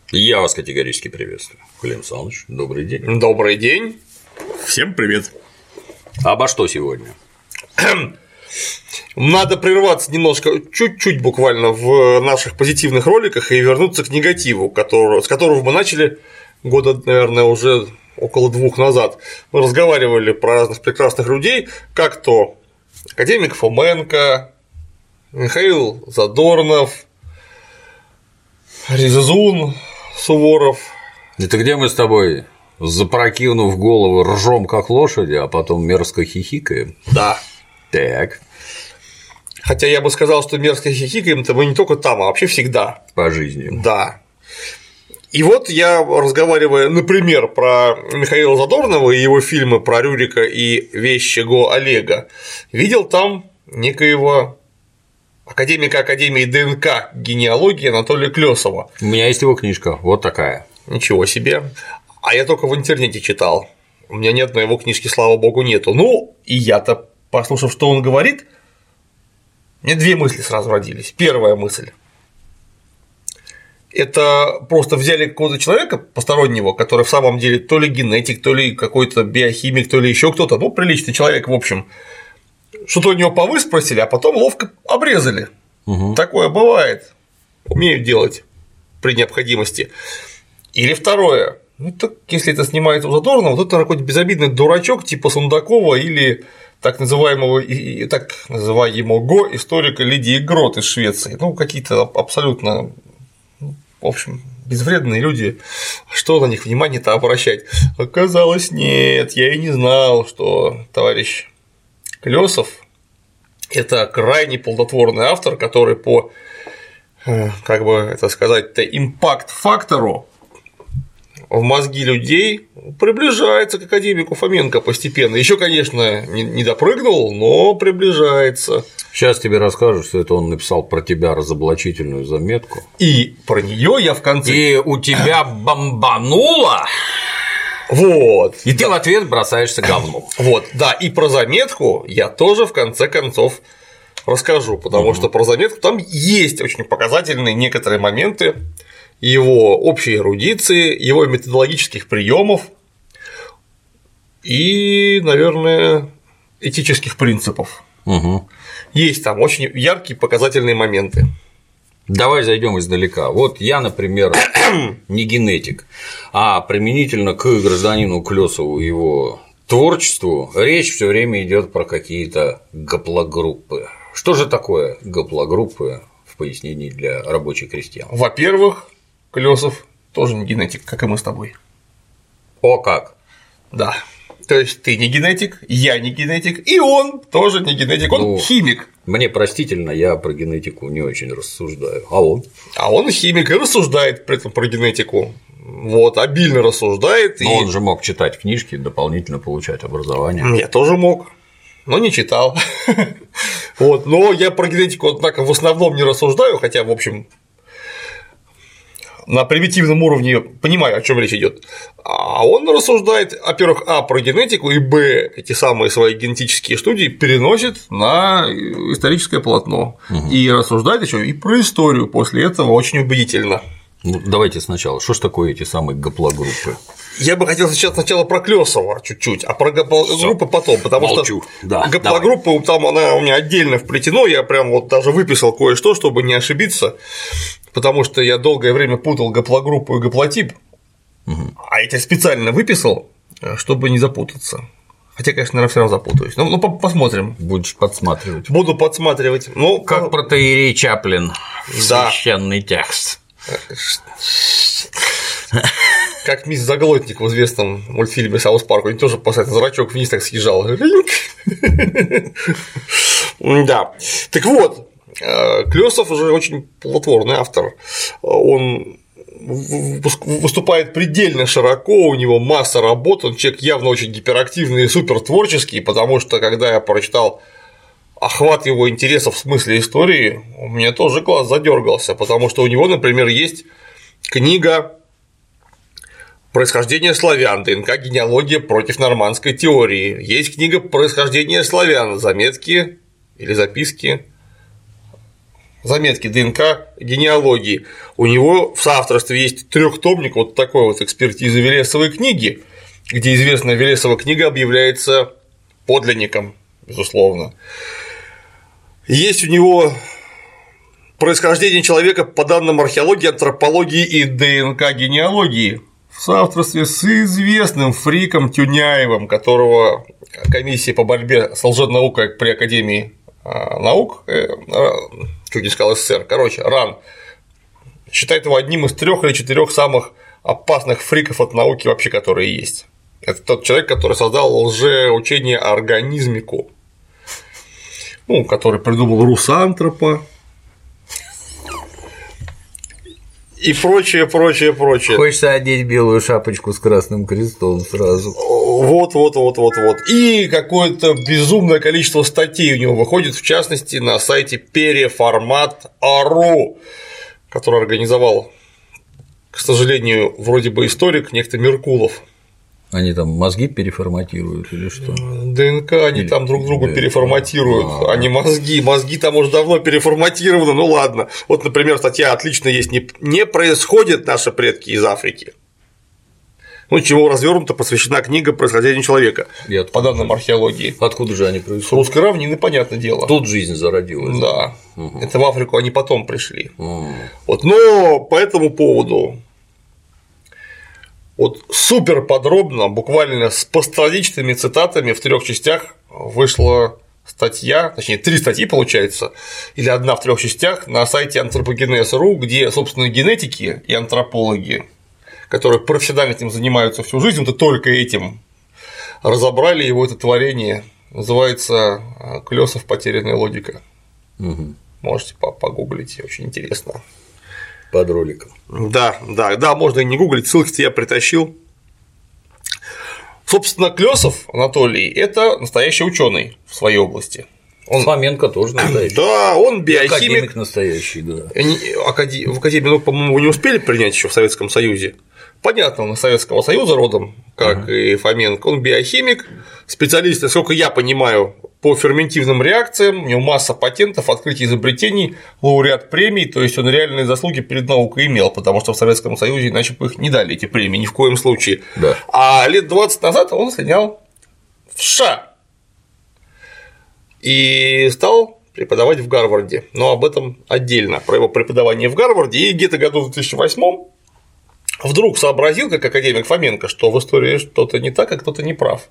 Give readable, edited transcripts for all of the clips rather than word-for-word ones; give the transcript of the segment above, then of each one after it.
Я вас категорически приветствую. Клим Саныч, добрый день. Добрый день. Всем привет. Обо что сегодня? Надо прерваться немножко, чуть-чуть буквально в наших позитивных роликах и вернуться к негативу, с которого мы начали года, наверное, уже около 2 назад. Мы разговаривали про разных прекрасных людей, как то академик Фоменко, Михаил Задорнов, Резун Суворов. Это где мы с тобой, запрокинув голову, ржем как лошади, а потом мерзко хихикаем? Да. Так. Хотя я бы сказал, что мерзко хихикаем-то мы не только там, а вообще всегда. По жизни. Да. И вот я, разговаривая, например, про Михаила Задорнова и его фильмы про Рюрика и вещи Го Олега, видел там некоего академика Академии ДНК генеалогии Анатолия Клёсова. У меня есть его книжка, вот такая. Ничего себе. А я только в интернете читал. У меня ни одной его книжки, слава богу, нету. Ну, и я-то, послушав, что он говорит, мне 2 мысли сразу родились. Первая мысль. Это просто взяли какого-то человека постороннего, который в самом деле то ли генетик, то ли какой-то биохимик, то ли еще кто-то, ну, приличный человек, в общем, что-то у него повыспросили, а потом ловко обрезали. Угу. Такое бывает. Умеют делать при необходимости. Или второе. Ну, так если это снимается у Задорнова, то это какой-то безобидный дурачок типа Сундакова или так называемого историка Лидии Грот из Швеции. Ну, какие-то абсолютно, в общем, безвредные люди, что на них внимание-то обращать? Оказалось, нет, я и не знал, что товарищ Клёсов – это крайне плодотворный автор, который по, как бы это сказать-то, импакт-фактору в мозги людей приближается к академику Фоменко постепенно. Еще, конечно, не допрыгнул, но приближается. Сейчас тебе расскажу, что это он написал про тебя разоблачительную заметку. И про нее я в конце. И у тебя бомбануло. Вот. И ты в ответ бросаешься говном. Вот, да, и про заметку я тоже в конце концов расскажу, потому что про заметку там есть очень показательные некоторые моменты его общей эрудиции, его методологических приемов и, наверное, этических принципов. Угу. Есть там очень яркие показательные моменты. Давай зайдем издалека. Вот я, например, не генетик, а применительно к гражданину Клёсову и его творчеству речь все время идет про какие-то гаплогруппы. Что же такое гаплогруппы в пояснении для рабочих крестьян? Во-первых, Клёсов тоже не генетик, как и мы с тобой. О как? Да. То есть ты не генетик, я не генетик, и он тоже не генетик, он химик. Мне простительно, я про генетику не очень рассуждаю. А он? А он химик и рассуждает при этом про генетику. Вот, обильно рассуждает. Но он же мог читать книжки, дополнительно получать образование. Я тоже мог, но не читал. Вот, но я про генетику, однако, в основном не рассуждаю, хотя, в общем, на примитивном уровне понимаю, о чем речь идет. А он рассуждает, во-первых, про генетику, и эти самые свои генетические студии переносит на историческое полотно. Угу. И рассуждает еще и про историю после этого очень убедительно. Ну, давайте сначала. Что ж такое эти самые гаплогруппы? Я бы хотел сначала про Клёсова чуть-чуть, а про гаплогруппы потом, потому что гаплогруппа там она у меня отдельно вплетена, я прям вот даже выписал кое-что, чтобы не ошибиться, потому что я долгое время путал гаплогруппу и гаплотип, а я тебя специально выписал, чтобы не запутаться. Хотя, конечно, наверное, все равно запутаюсь. Ну, посмотрим. Будешь подсматривать. Буду подсматривать. Ну, как протоиерей Чаплин. Священный текст. Как мисс Заглотник в известном мультфильме Саус Парк, у него тоже последний зрачок вниз так съезжал. Да. Так вот, Клёсов уже очень плодотворный автор. Он выступает предельно широко, у него масса работ, он человек явно очень гиперактивный и супертворческий, потому что когда я прочитал охват его интересов в смысле истории, у меня тоже глаз задергался, потому что у него, например, есть книга «Происхождение славян. ДНК. Генеалогия против нормандской теории». Есть книга «Происхождение славян. Заметки или записки заметки ДНК генеалогии. У него в соавторстве есть трехтомник вот такой вот экспертизы Велесовой книги, где известная Велесова книга объявляется подлинником, безусловно. Есть у него происхождение человека по данным археологии, антропологии и ДНК генеалогии в соавторстве с известным фриком Тюняевым, которого комиссия по борьбе с лженаукой при Академии наук, чуть не сказал СССР, короче, РАН, считает его одним из 3 или 4 самых опасных фриков от науки вообще, которые есть. Это тот человек, который создал лжеучение организмику, ну, который придумал русантропа и прочее. Хочется одеть белую шапочку с красным крестом сразу. Вот. И какое-то безумное количество статей у него выходит, в частности, на сайте Переформат.ру, который организовал, к сожалению, вроде бы историк, некто Меркулов. Они там мозги переформатируют или что? ДНК они там друг другу переформатируют, а не мозги. Мозги там уже давно переформатированы, ну ладно. Вот, например, статья отлично есть: не происходят наши предки из Африки. Ну, чему развернуто посвящена книга «Происхождение человека» по данным археологии. Откуда же они происходят? С русской равнины, понятное дело. Тут жизнь зародилась. Да. Это в Африку они потом пришли. Вот, но по этому поводу вот супер подробно, буквально с постраничными цитатами в 3 частях вышла статья, точнее 3 статьи получается, или одна в 3 частях на сайте Anthropogenes.ru, где, собственно, генетики и антропологи, которые профессионально этим занимаются всю жизнь, вот и только этим, разобрали его это творение. Называется «Клёсов. Потерянная логика». Можете погуглить, очень интересно. Под роликом. Да, можно и не гуглить, ссылки я притащил. Собственно, Клёсов Анатолий – это настоящий ученый в своей области. Фоменко тоже настоящий. Да, он биохимик. Академик настоящий, да. В Академии наук, по-моему, его не успели принять еще в Советском Союзе. Понятно, он из Советского Союза родом, как и Фоменко. Он биохимик, специалист, насколько я понимаю, по ферментивным реакциям, у него масса патентов, открытий, изобретений, лауреат премий, то есть он реальные заслуги перед наукой имел, потому что в Советском Союзе иначе бы их не дали, эти премии, ни в коем случае. Да. А лет 20 назад он слинял в США и стал преподавать в Гарварде, но об этом отдельно, про его преподавание в Гарварде, и где-то году в 2008 вдруг сообразил, как академик Фоменко, что в истории что-то не так, а кто-то не прав.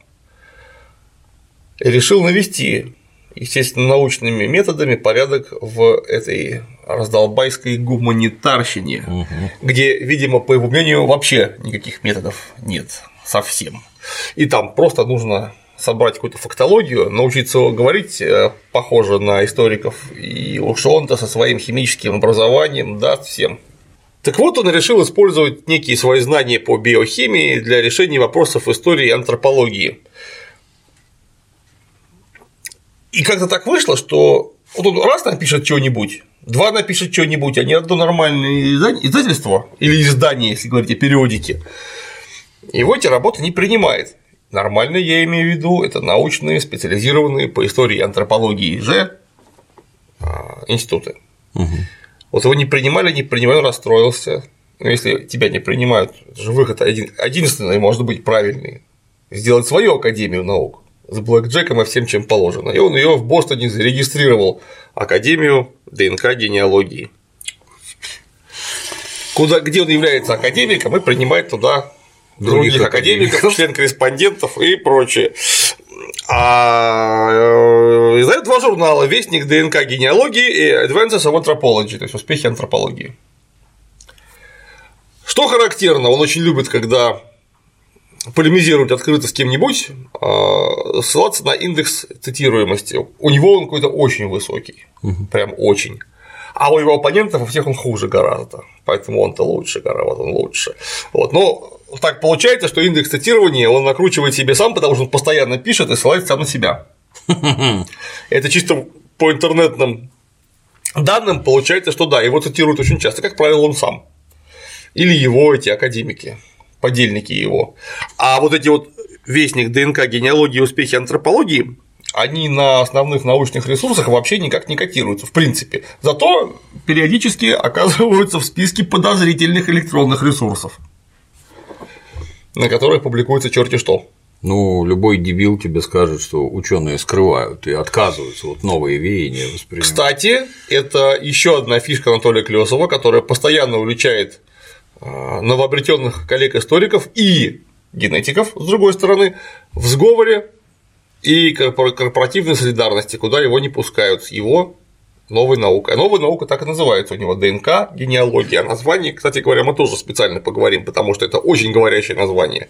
И решил навести, естественно, научными методами порядок в этой раздолбайской гуманитарщине, где, видимо, по его мнению, вообще никаких методов нет совсем. И там просто нужно собрать какую-то фактологию, научиться говорить похоже на историков, и уж он-то со своим химическим образованием даст всем. Так вот, он решил использовать некие свои знания по биохимии для решения вопросов истории и антропологии. И как-то так вышло, что вот он раз напишет что-нибудь, 2 напишет что-нибудь, а ни одно нормальное издательство или издание, если говорить о периодике, его эти работы не принимает. Нормально, я имею в виду, это научные, специализированные по истории и антропологии же институты. Вот его не принимали, он расстроился. Но если тебя не принимают, это же выход единственный, может быть, правильный – сделать свою академию наук с блэкджеком и всем, чем положено. И он ее в Бостоне зарегистрировал, Академию ДНК генеалогии, где он является академиком и принимает туда других академиков, член-корреспондентов и прочее. Издает 2 журнала: «Вестник ДНК генеалогии» и «Advances of Anthropology», то есть успехи антропологии. Что характерно, он очень любит, когда полемизировать открыто с кем-нибудь, ссылаться на индекс цитируемости. У него он какой-то очень высокий, прям очень. А у его оппонентов у всех он хуже гораздо, поэтому он-то лучше гораздо, он лучше. Вот. Но так получается, что индекс цитирования он накручивает себе сам, потому что он постоянно пишет и ссылается сам на себя. Это чисто по интернетным данным получается, что да, его цитируют очень часто, как правило, он сам. Или его эти академики, подельники его. А вот эти вот «Вестник ДНК генеалогии и успехи антропологии» они на основных научных ресурсах вообще никак не котируются, в принципе. Зато периодически оказываются в списке подозрительных электронных ресурсов, на которых публикуется черти что. Ну, любой дебил тебе скажет, что ученые скрывают и отказываются вот новые веяния воспринимать. Кстати, это еще одна фишка Анатолия Клёсова, которая постоянно увлечает новообретенных коллег-историков и генетиков, с другой стороны, в сговоре и корпоративной солидарности, куда его не пускают с его новой наукой. А новая наука так и называется у него — ДНК, генеалогия. О названии, кстати говоря, мы тоже специально поговорим, потому что это очень говорящее название.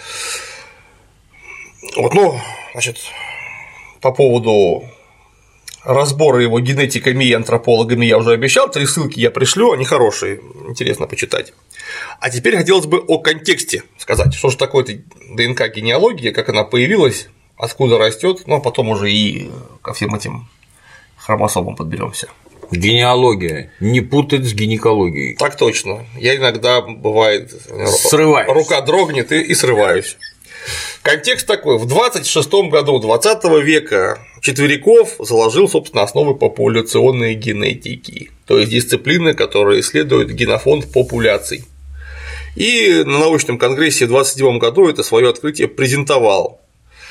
Вот, ну, значит, по поводу разбора его генетиками и антропологами я уже обещал, 3 ссылки я пришлю, они хорошие, интересно почитать. А теперь хотелось бы о контексте сказать, что же такое ДНК-генеалогия, как она появилась, откуда растет, ну а потом уже и ко всем этим хромосомам подберемся. Генеалогия, не путать с гинекологией. Так точно. Я иногда, бывает, Срываюсь. Рука дрогнет и срываюсь. Контекст такой: в 26-м году 20 века Четвериков заложил, собственно, основы популяционной генетики, то есть дисциплины, которая исследует генофонд популяций. И на научном конгрессе в 1927 году это свое открытие презентовал.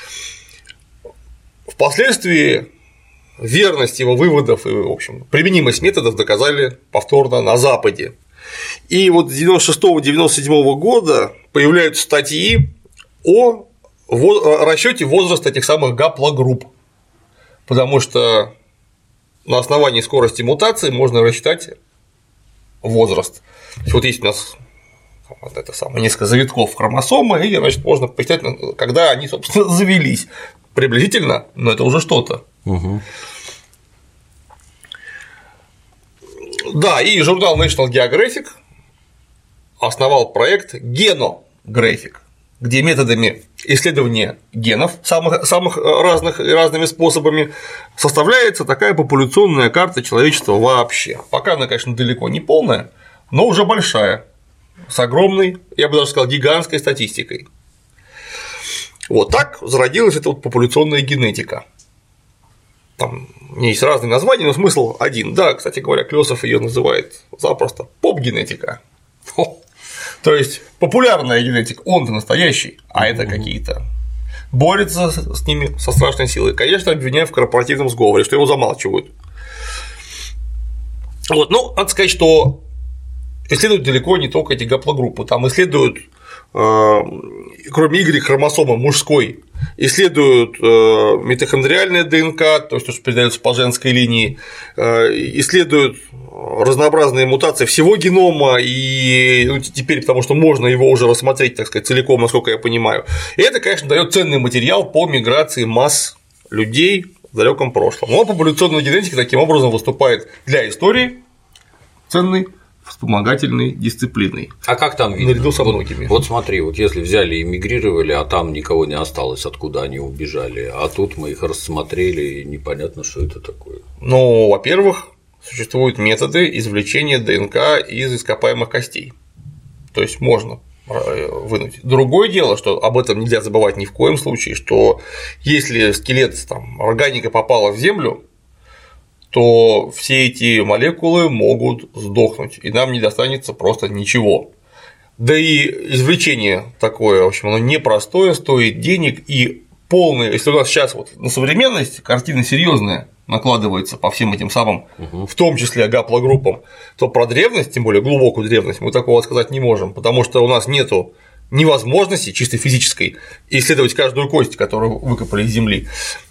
Впоследствии верность его выводов и, в общем, применимость методов доказали повторно на Западе. И вот с 1996-1997 года появляются статьи о расчете возраста этих самых гаплогрупп, потому что на основании скорости мутации можно рассчитать возраст. Вот есть у нас вот это самое, несколько завитков хромосомы, и, значит, можно посчитать, когда они, собственно, завелись. Приблизительно, но это уже что-то. Угу. Да, и журнал National Geographic основал проект Genographic, где методами исследования генов самых разными способами составляется такая популяционная карта человечества вообще. Пока она, конечно, далеко не полная, но уже большая, с огромной, я бы даже сказал, гигантской статистикой. Вот так зародилась эта вот популяционная генетика. Там есть разные названия, но смысл один. Да, кстати говоря, Клёсов ее называет запросто поп-генетика. То есть популярная генетика, он-то настоящий, а это какие-то. Борется с ними со страшной силой. Конечно, обвиняют в корпоративном сговоре, что его замалчивают. Вот, ну, надо сказать, что исследуют далеко не только эти гаплогруппы, там исследуют, кроме Y-хромосомы мужской, исследуют митохондриальное ДНК, то есть то, что передается по женской линии, исследуют разнообразные мутации всего генома, и теперь, потому что можно его уже рассмотреть, так сказать, целиком, насколько я понимаю. И это, конечно, дает ценный материал по миграции масс людей в далеком прошлом. Но популяционная генетика таким образом выступает для истории ценной вспомогательной дисциплиной. А как там видно? Наряду со многими. Вот смотри, вот если взяли и мигрировали, а там никого не осталось, откуда они убежали, а тут мы их рассмотрели, и непонятно, что это такое. Ну, во-первых, существуют методы извлечения ДНК из ископаемых костей. То есть можно вынуть. Другое дело, что об этом нельзя забывать ни в коем случае, что если скелет, там, органика попала в землю, то все эти молекулы могут сдохнуть, и нам не достанется просто ничего. Да и извлечение такое, в общем, оно непростое, стоит денег, и полное, если у нас сейчас вот на современность картина серьезная накладывается по всем этим самым, в том числе гаплогруппам, то про древность, тем более глубокую древность, мы такого сказать не можем, потому что у нас нету ни возможности чисто физической исследовать каждую кость, которую выкопали из земли,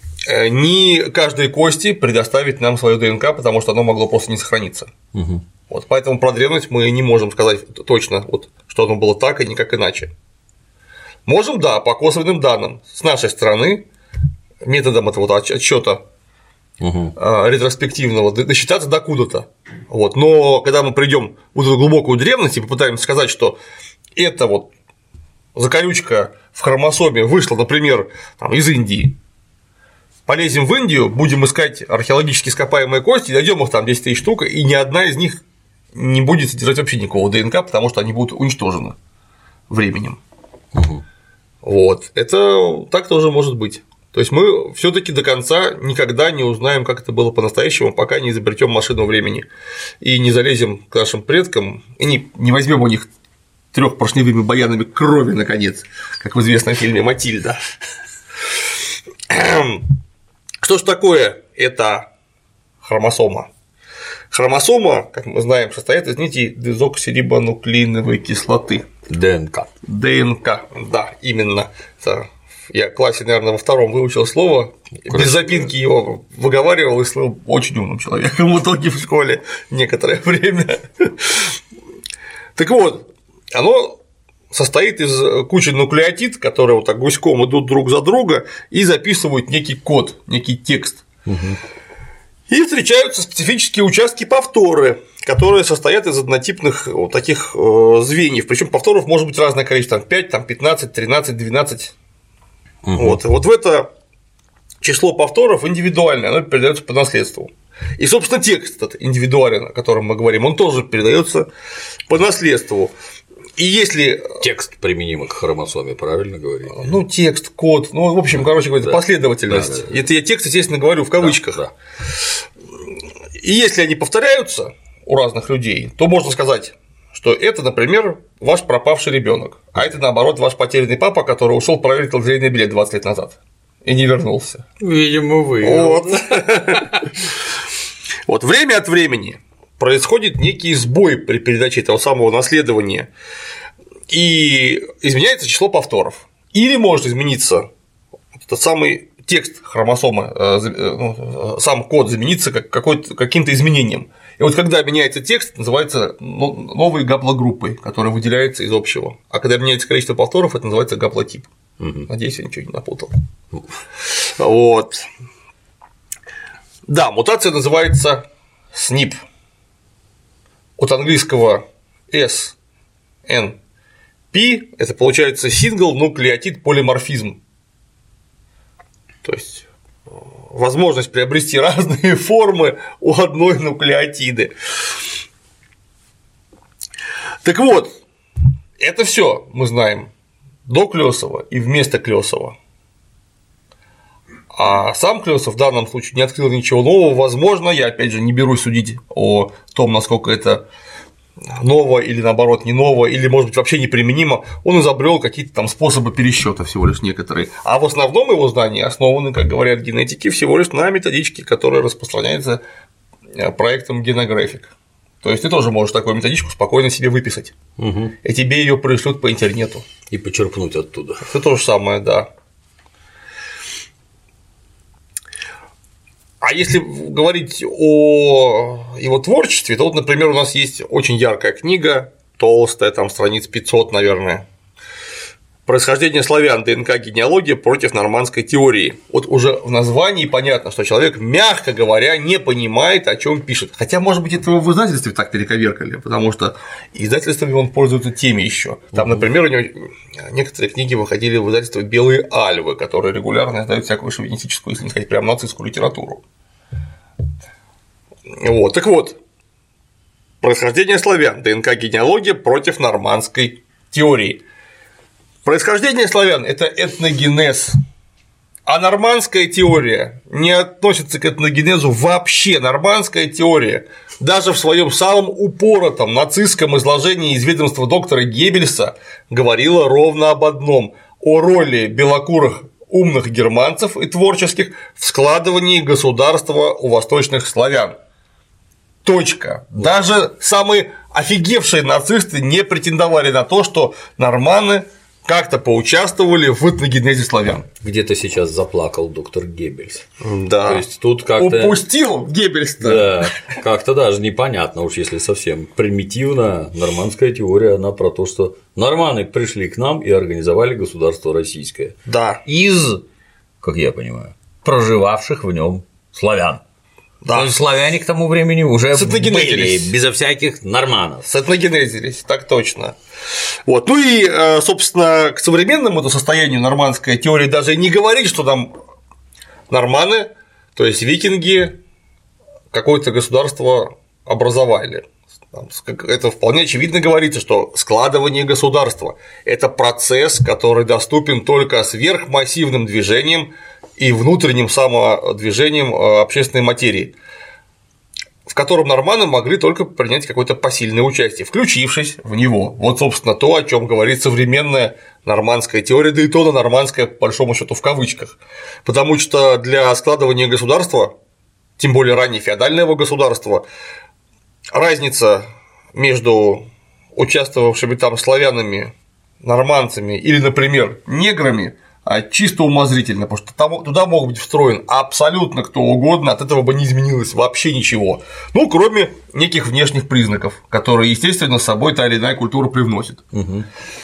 ни каждой кости предоставить нам свою ДНК, потому что оно могло просто не сохраниться. Вот поэтому про древность мы не можем сказать точно, вот, что оно было так и никак иначе. Можем, да, по косвенным данным с нашей стороны, методом этого отсчета ретроспективного, досчитаться докуда-то. Вот. Но когда мы придем в эту глубокую древность и попытаемся сказать, что эта вот закорючка в хромосоме вышла, например, там, из Индии, полезем в Индию, будем искать археологически ископаемые кости, найдем их там 10 тысяч штук, и ни одна из них не будет содержать вообще никакого ДНК, потому что они будут уничтожены временем. Вот. Это так тоже может быть. То есть мы все-таки до конца никогда не узнаем, как это было по-настоящему, пока не изобретем машину времени и не залезем к нашим предкам и не возьмем у них 3-поршневыми баянами крови, наконец, как в известном фильме «Матильда». Что ж такое эта хромосома? Хромосома, как мы знаем, состоит из нитей дезоксирибонуклеиновой кислоты. ДНК. ДНК, да, именно. Я в классе, наверное, во 2-м выучил слово, без запинки его выговаривал и стал очень умным человеком в итоге в школе некоторое время. Так вот, оно состоит из кучи нуклеотид, которые вот так гуськом идут друг за друга и записывают некий код, некий текст. И встречаются специфические участки повторы, которые состоят из однотипных вот таких звеньев. Причем повторов может быть разное количество, там 5, там 15, 13, 12. Вот в это число повторов индивидуальное, оно передается по наследству. И, собственно, текст этот индивидуален, о котором мы говорим, он тоже передается по наследству. И если текст применим к хромосоме, правильно говорить? Ну, текст, код, ну, в общем, короче говоря, последовательность. Да. Это я текст, естественно, говорю в кавычках. Да. И если они повторяются у разных людей, то можно сказать, что это, например, ваш пропавший ребенок, а это, наоборот, ваш потерянный папа, который ушел проверить лотерейный билет 20 лет назад и не вернулся. Видимо, выиграл. Вот время от времени происходит некий сбой при передаче этого самого наследования, и изменяется число повторов. Или может измениться этот самый текст хромосомы, сам код измениться каким-то изменением. И вот когда меняется текст, называется новой гаплогруппой, которая выделяется из общего. А когда меняется количество повторов, это называется гаплотип. Надеюсь, я ничего не напутал. Вот. Да, мутация называется SNP. От английского SNP это получается single nucleotide polymorphism. То есть возможность приобрести разные формы у одной нуклеотиды. Так вот, это все мы знаем до Клёсова и вместо Клёсова. А сам Клёсов в данном случае не открыл ничего нового. Возможно, я опять же не берусь судить о том, насколько это ново или наоборот не ново, или может быть вообще неприменимо, он изобрел какие-то там способы пересчета всего лишь некоторые. А в основном его знания основаны, как говорят генетики, всего лишь на методичке, которая распространяется проектом Genographic. То есть ты тоже можешь такую методичку спокойно себе выписать, и тебе ее пришлют по интернету. И почерпнуть оттуда. Это то же самое, да. А если говорить о его творчестве, то вот, например, у нас есть очень яркая книга, толстая, там страниц 500, наверное, «Происхождение славян. ДНК-генеалогия против нормандской теории». Вот уже в названии понятно, что человек, мягко говоря, не понимает, о чем пишет. Хотя, может быть, это его в издательстве так перековеркали, потому что издательствами он пользуется теми еще. Там, например, у него некоторые книги выходили в издательство «Белые альвы», которые регулярно издают всякую шовинистическую, если не сказать, прям нацистскую литературу. Вот, так вот, «Происхождение славян. ДНК-генеалогия против нормандской теории». Происхождение славян – это этногенез, а нормандская теория не относится к этногенезу вообще. Нормандская теория даже в своем самом упоротом нацистском изложении из ведомства доктора Геббельса говорила ровно об одном – о роли белокурых умных германцев и творческих в складывании государства у восточных славян. Точка. Даже самые офигевшие нацисты не претендовали на то, что норманы как-то поучаствовали в этногенезе славян. Где-то сейчас заплакал доктор Геббельс. Да. То есть тут как-то упустил Геббельс-то. Да, как-то даже непонятно, уж если совсем примитивно, нормандская теория, она про то, что норманы пришли к нам и организовали государство российское. Да. Из, как я понимаю, проживавших в нем славян. Да. То есть славяне к тому времени уже были безо всяких норманов. Сэтногенезились, так точно. Вот. Ну и, собственно, к современному состоянию нормандская теория даже не говорит, что там норманы, то есть викинги, какое-то государство образовали. Это вполне очевидно говорится, что складывание государства – это процесс, который доступен только сверхмассивным движением и внутренним самодвижением общественной материи, в котором норманы могли только принять какое-то посильное участие, включившись в него. Вот, собственно, то, о чем говорит современная нормандская теория, да и то нормандская, по большому счету, в кавычках. Потому что для складывания государства, тем более ранее феодального государства, разница между участвовавшими там славянами, нормандцами или, например, неграми чисто умозрительно, потому что туда мог быть встроен абсолютно кто угодно, от этого бы не изменилось вообще ничего, ну, кроме неких внешних признаков, которые, естественно, с собой та или иная культура привносит. Угу.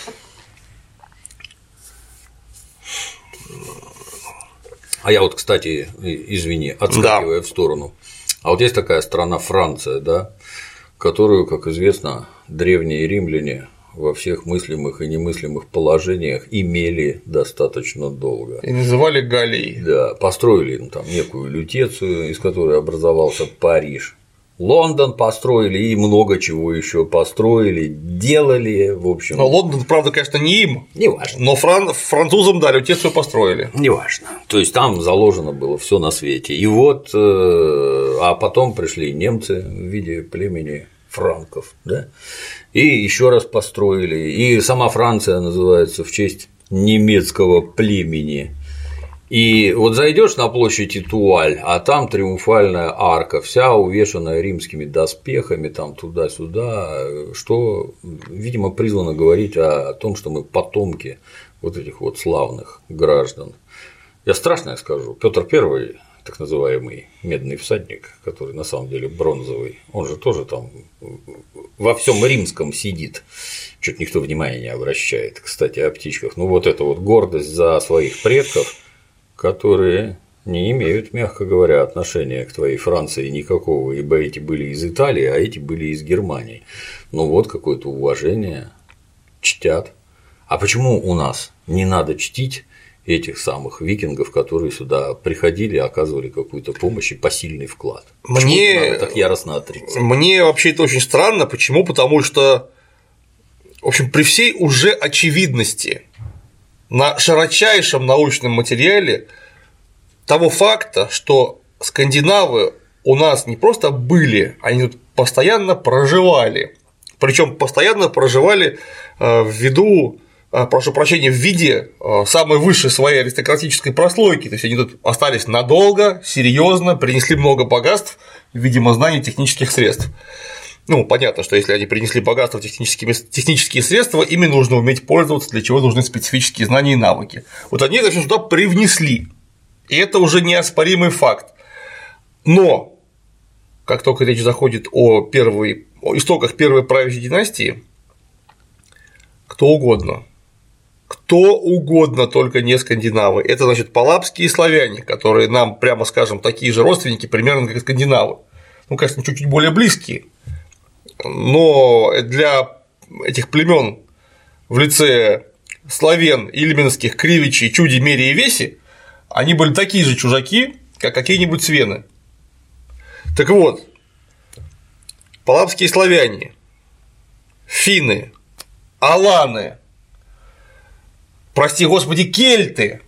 А я вот, кстати, извини, отскакивая в сторону, а вот есть такая страна Франция, да, которую, как известно, древние римляне во всех мыслимых и немыслимых положениях имели достаточно долго. И называли Галлией. Да, построили там некую лютецию, из которой образовался Париж. Лондон построили и много чего еще построили, делали, в общем. Но Лондон, правда, конечно, не им. Неважно. Но французам, да, лютецию построили. Неважно. То есть там заложено было все на свете. И вот, а потом пришли немцы в виде племени франков, да, и еще раз построили, и сама Франция называется в честь немецкого племени. И вот зайдешь на площадь Этуаль, а там триумфальная арка, вся увешанная римскими доспехами, там туда-сюда, что, видимо, призвано говорить о том, что мы потомки вот этих вот славных граждан. Я страшное скажу, Петр I, так называемый медный всадник, который на самом деле бронзовый, он же тоже там во всем римском сидит, чуть никто внимания не обращает, кстати, о птичках. Ну, вот эта вот гордость за своих предков, которые не имеют, мягко говоря, отношения к твоей Франции никакого, ибо эти были из Италии, а эти были из Германии. Ну, вот какое-то уважение, чтят. А почему у нас не надо чтить этих самых викингов, которые сюда приходили, оказывали какую-то помощь и посильный вклад? Мне надо так яростно отрицать? Мне вообще это очень странно. Почему? Потому что, в общем, при всей уже очевидности на широчайшем научном материале того факта, что скандинавы у нас не просто были, они тут постоянно проживали. Причем постоянно проживали ввиду, прошу прощения, в виде самой высшей своей аристократической прослойки. То есть они тут остались надолго, серьезно, принесли много богатств, видимо, знаний технических средств. Ну, понятно, что если они принесли богатство, технические средства, ими нужно уметь пользоваться, для чего нужны специфические знания и навыки. Вот они это все сюда привнесли. И это уже неоспоримый факт. Но как только речь заходит о истоках первой правящей династии, кто угодно, только не скандинавы. Это, значит, палапские славяне, которые нам, прямо скажем, такие же родственники, примерно как и скандинавы. Ну, конечно, чуть-чуть более близкие. Но для этих племен в лице славян, ильменских, кривичей, чуди, мере и веси они были такие же чужаки, как какие-нибудь свены. Так вот, палапские славяне, финны, аланы, прости господи, кельты,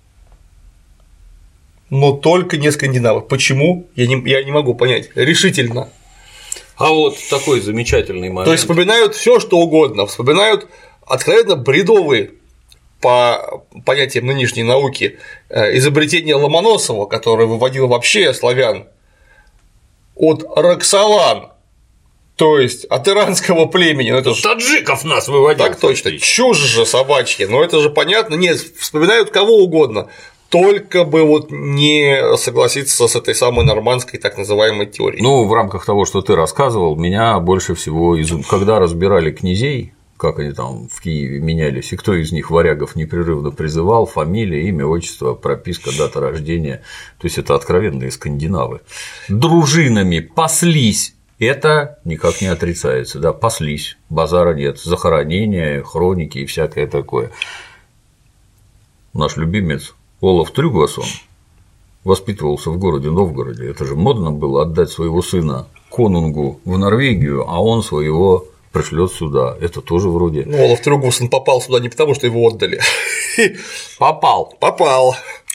но только не скандинавы. Почему? Я не могу понять. Решительно. А вот такой замечательный момент. То есть вспоминают все, что угодно, вспоминают откровенно бредовые, по понятиям нынешней науки, изобретение Ломоносова, которое выводило вообще славян от Роксолан, то есть от иранского племени. Это таджиков нас выводил. Так точно, чушь же собачья, но это же понятно. Нет, вспоминают кого угодно, только бы вот не согласиться с этой самой нормандской так называемой теорией. Ну, в рамках того, что ты рассказывал, меня больше всего, когда разбирали князей, как они там в Киеве менялись, и кто из них варягов непрерывно призывал, фамилия, имя, отчество, прописка, дата рождения, то есть это откровенные скандинавы. Дружинами паслись, это никак не отрицается, да, паслись, базара нет, захоронения, хроники и всякое такое. Наш любимец Олаф Трюгвасон воспитывался в городе Новгороде, это же модно было отдать своего сына конунгу в Норвегию, а он своего пришлет сюда. Это тоже вроде. Ну, Олаф Трюгвасон попал сюда не потому, что его отдали. Попал.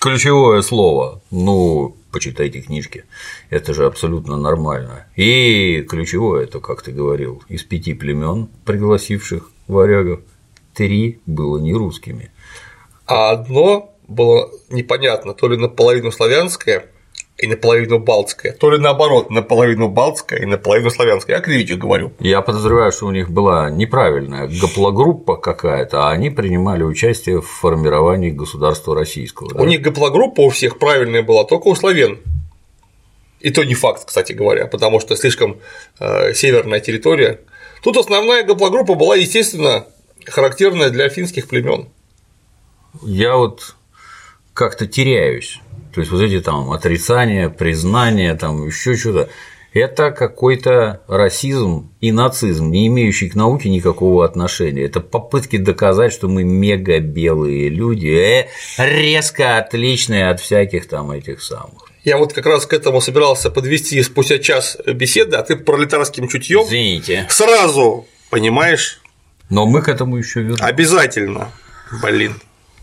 ключевое слово. Ну, почитайте книжки, это же абсолютно нормально. И ключевое, это, как ты говорил, из 5 племен, пригласивших варягов, 3 было не русскими. А одно было непонятно, то ли наполовину славянское и наполовину балтское, то ли наоборот, наполовину балтское и наполовину славянское. Я кривичек говорю. Я подозреваю, что у них была неправильная гаплогруппа какая-то, а они принимали участие в формировании государства российского. У них гаплогруппа у всех правильная была, только у славян. И то не факт, кстати говоря, потому что слишком северная территория. Тут основная гаплогруппа была, естественно, характерная для финских племен. Я вот как-то теряюсь. То есть вот эти там отрицания, признания, там еще что-то. Это какой-то расизм и нацизм, не имеющий к науке никакого отношения. Это попытки доказать, что мы мега белые люди, резко отличные от всяких там этих самых. Я вот как раз к этому собирался подвести спустя час беседы, а ты пролетарским чутьем Извините. Сразу, понимаешь? Но мы к этому еще вернемся. Обязательно. Блин.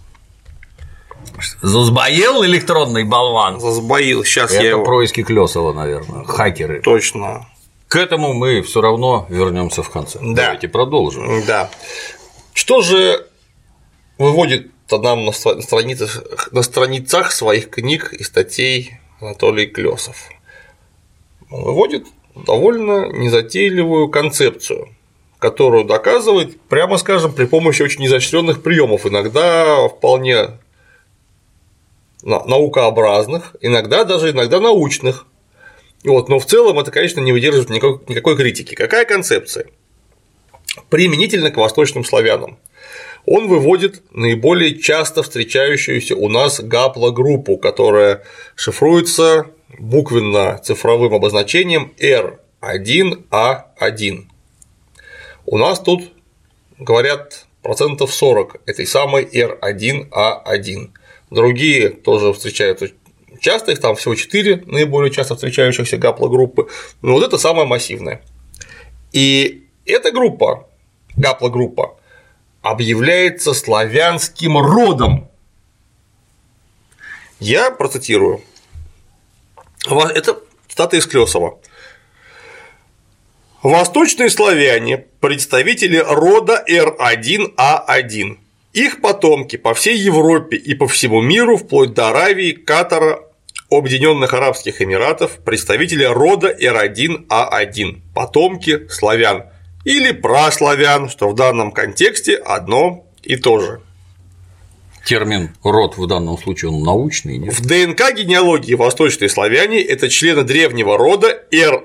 Засбоил электронный болван? Засбоил. Сейчас это я его. происки Клёсова, наверное. Хакеры. Точно. К этому мы все равно вернемся в конце. Да. Давайте продолжим. Да. Что же выводит нам на страницах своих книг и статей Анатолий Клёсов? Он выводит довольно незатейливую концепцию, которую доказывает, прямо скажем, при помощи очень изощренных приемов, иногда вполне наукообразных, иногда научных. Вот, но в целом это, конечно, не выдерживает никакой критики. Какая концепция? Применительно к восточным славянам. Он выводит наиболее часто встречающуюся у нас гаплогруппу, которая шифруется буквенно-цифровым обозначением R1A1. У нас тут, говорят, 40% этой самой R1A1. Другие тоже встречаются часто, их там всего 4 наиболее часто встречающихся гаплогруппы, но вот это самая массивная. И эта группа, гаплогруппа, объявляется славянским родом. Я процитирую. Это цитата из Клёсова. Восточные славяне – представители рода R1A1. Их потомки по всей Европе и по всему миру, вплоть до Аравии, Катара, Объединенных Арабских Эмиратов, представители рода R1A1, потомки славян или праславян, что в данном контексте одно и то же. Термин «род» в данном случае он научный, нет? В ДНК генеалогии восточные славяне – это члены древнего рода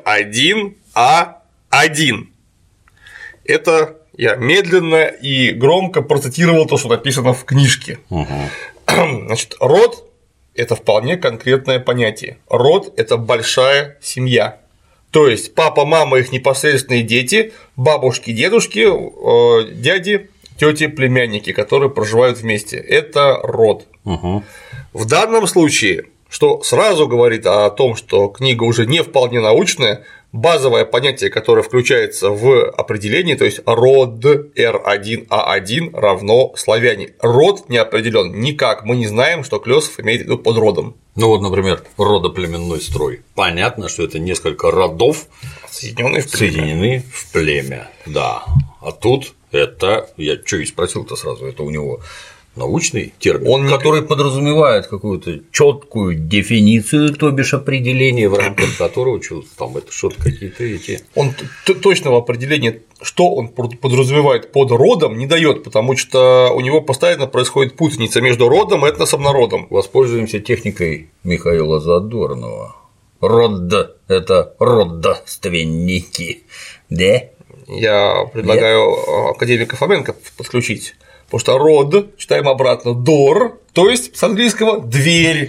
R1A1. Это я медленно и громко процитировал то, что написано в книжке. Значит, род – это вполне конкретное понятие. Род – это большая семья. То есть папа, мама, их непосредственные дети, бабушки, дедушки, дяди, тети, племянники, которые проживают вместе. Это род. В данном случае, что сразу говорит о том, что книга уже не вполне научная, базовое понятие, которое включается в определение, то есть род R1A1 равно славяне. Род не определен никак, мы не знаем, что Клёсов имеет в виду под родом. Ну вот, например, родоплеменной строй. Понятно, что это несколько родов, соединены в племя. Да. А тут это. Я что и спросил-то сразу, это у него научный термин, который подразумевает какую-то четкую дефиницию, то бишь определение, в рамках которого там это что-то какие-то эти. Он точного определения, что он подразумевает под родом, не дает, потому что у него постоянно происходит путаница между родом и этносом-народом. Воспользуемся техникой Михаила Задорнова. Род – это родственники, да? Я предлагаю академика Фоменко подключить. Потому что род, читаем обратно, door, то есть с английского дверь.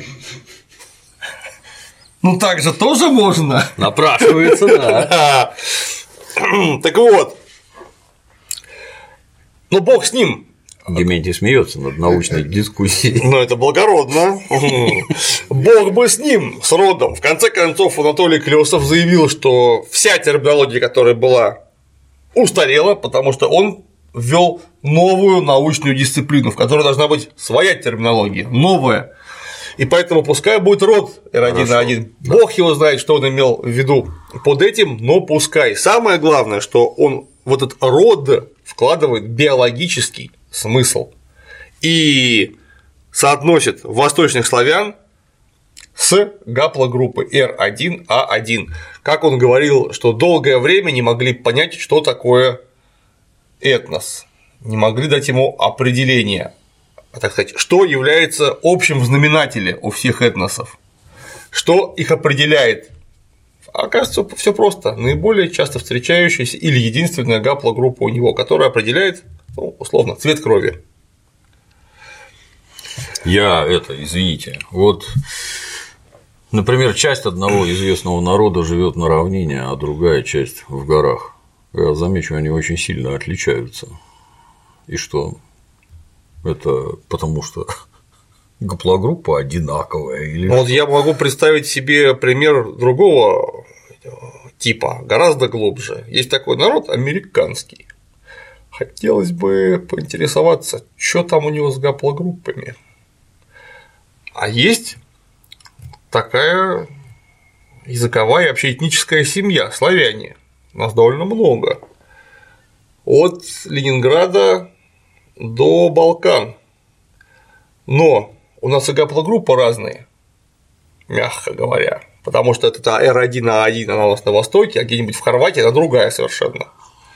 Ну так же тоже можно. Напрашивается, да. Так вот. Ну бог с ним. Дементий смеется над научной дискуссией. Ну это благородно. Бог бы с ним, с родом. В конце концов, Анатолий Клёсов заявил, что вся терминология, которая была, устарела, потому что он ввел новую научную дисциплину, в которой должна быть своя терминология, новая. И поэтому пускай будет род R1A1. Бог его знает, что он имел в виду под этим, но пускай. Самое главное, что он в этот род вкладывает биологический смысл и соотносит восточных славян с гаплогруппой R1A1. Как он говорил, что долгое время не могли понять, что такое этнос, не могли дать ему определение, так сказать, что является общим знаменателем у всех этносов, что их определяет. Оказывается, все просто. Наиболее часто встречающаяся или единственная гаплогруппа у него, которая определяет, ну, условно, цвет крови. Извините, вот, например, часть одного известного народа живет на равнине, а другая часть в горах. Я замечу, они очень сильно отличаются. И что? Это потому что гаплогруппа одинаковая или… Вот я могу представить себе пример другого типа, гораздо глубже. Есть такой народ американский. Хотелось бы поинтересоваться, что там у него с гаплогруппами. А есть такая языковая и общеэтническая семья, славяне. Нас довольно много. От Ленинграда до Балкан. Но у нас и гаплогруппы разные, мягко говоря. Потому что это R1A1, она у нас на востоке, а где-нибудь в Хорватии она другая совершенно.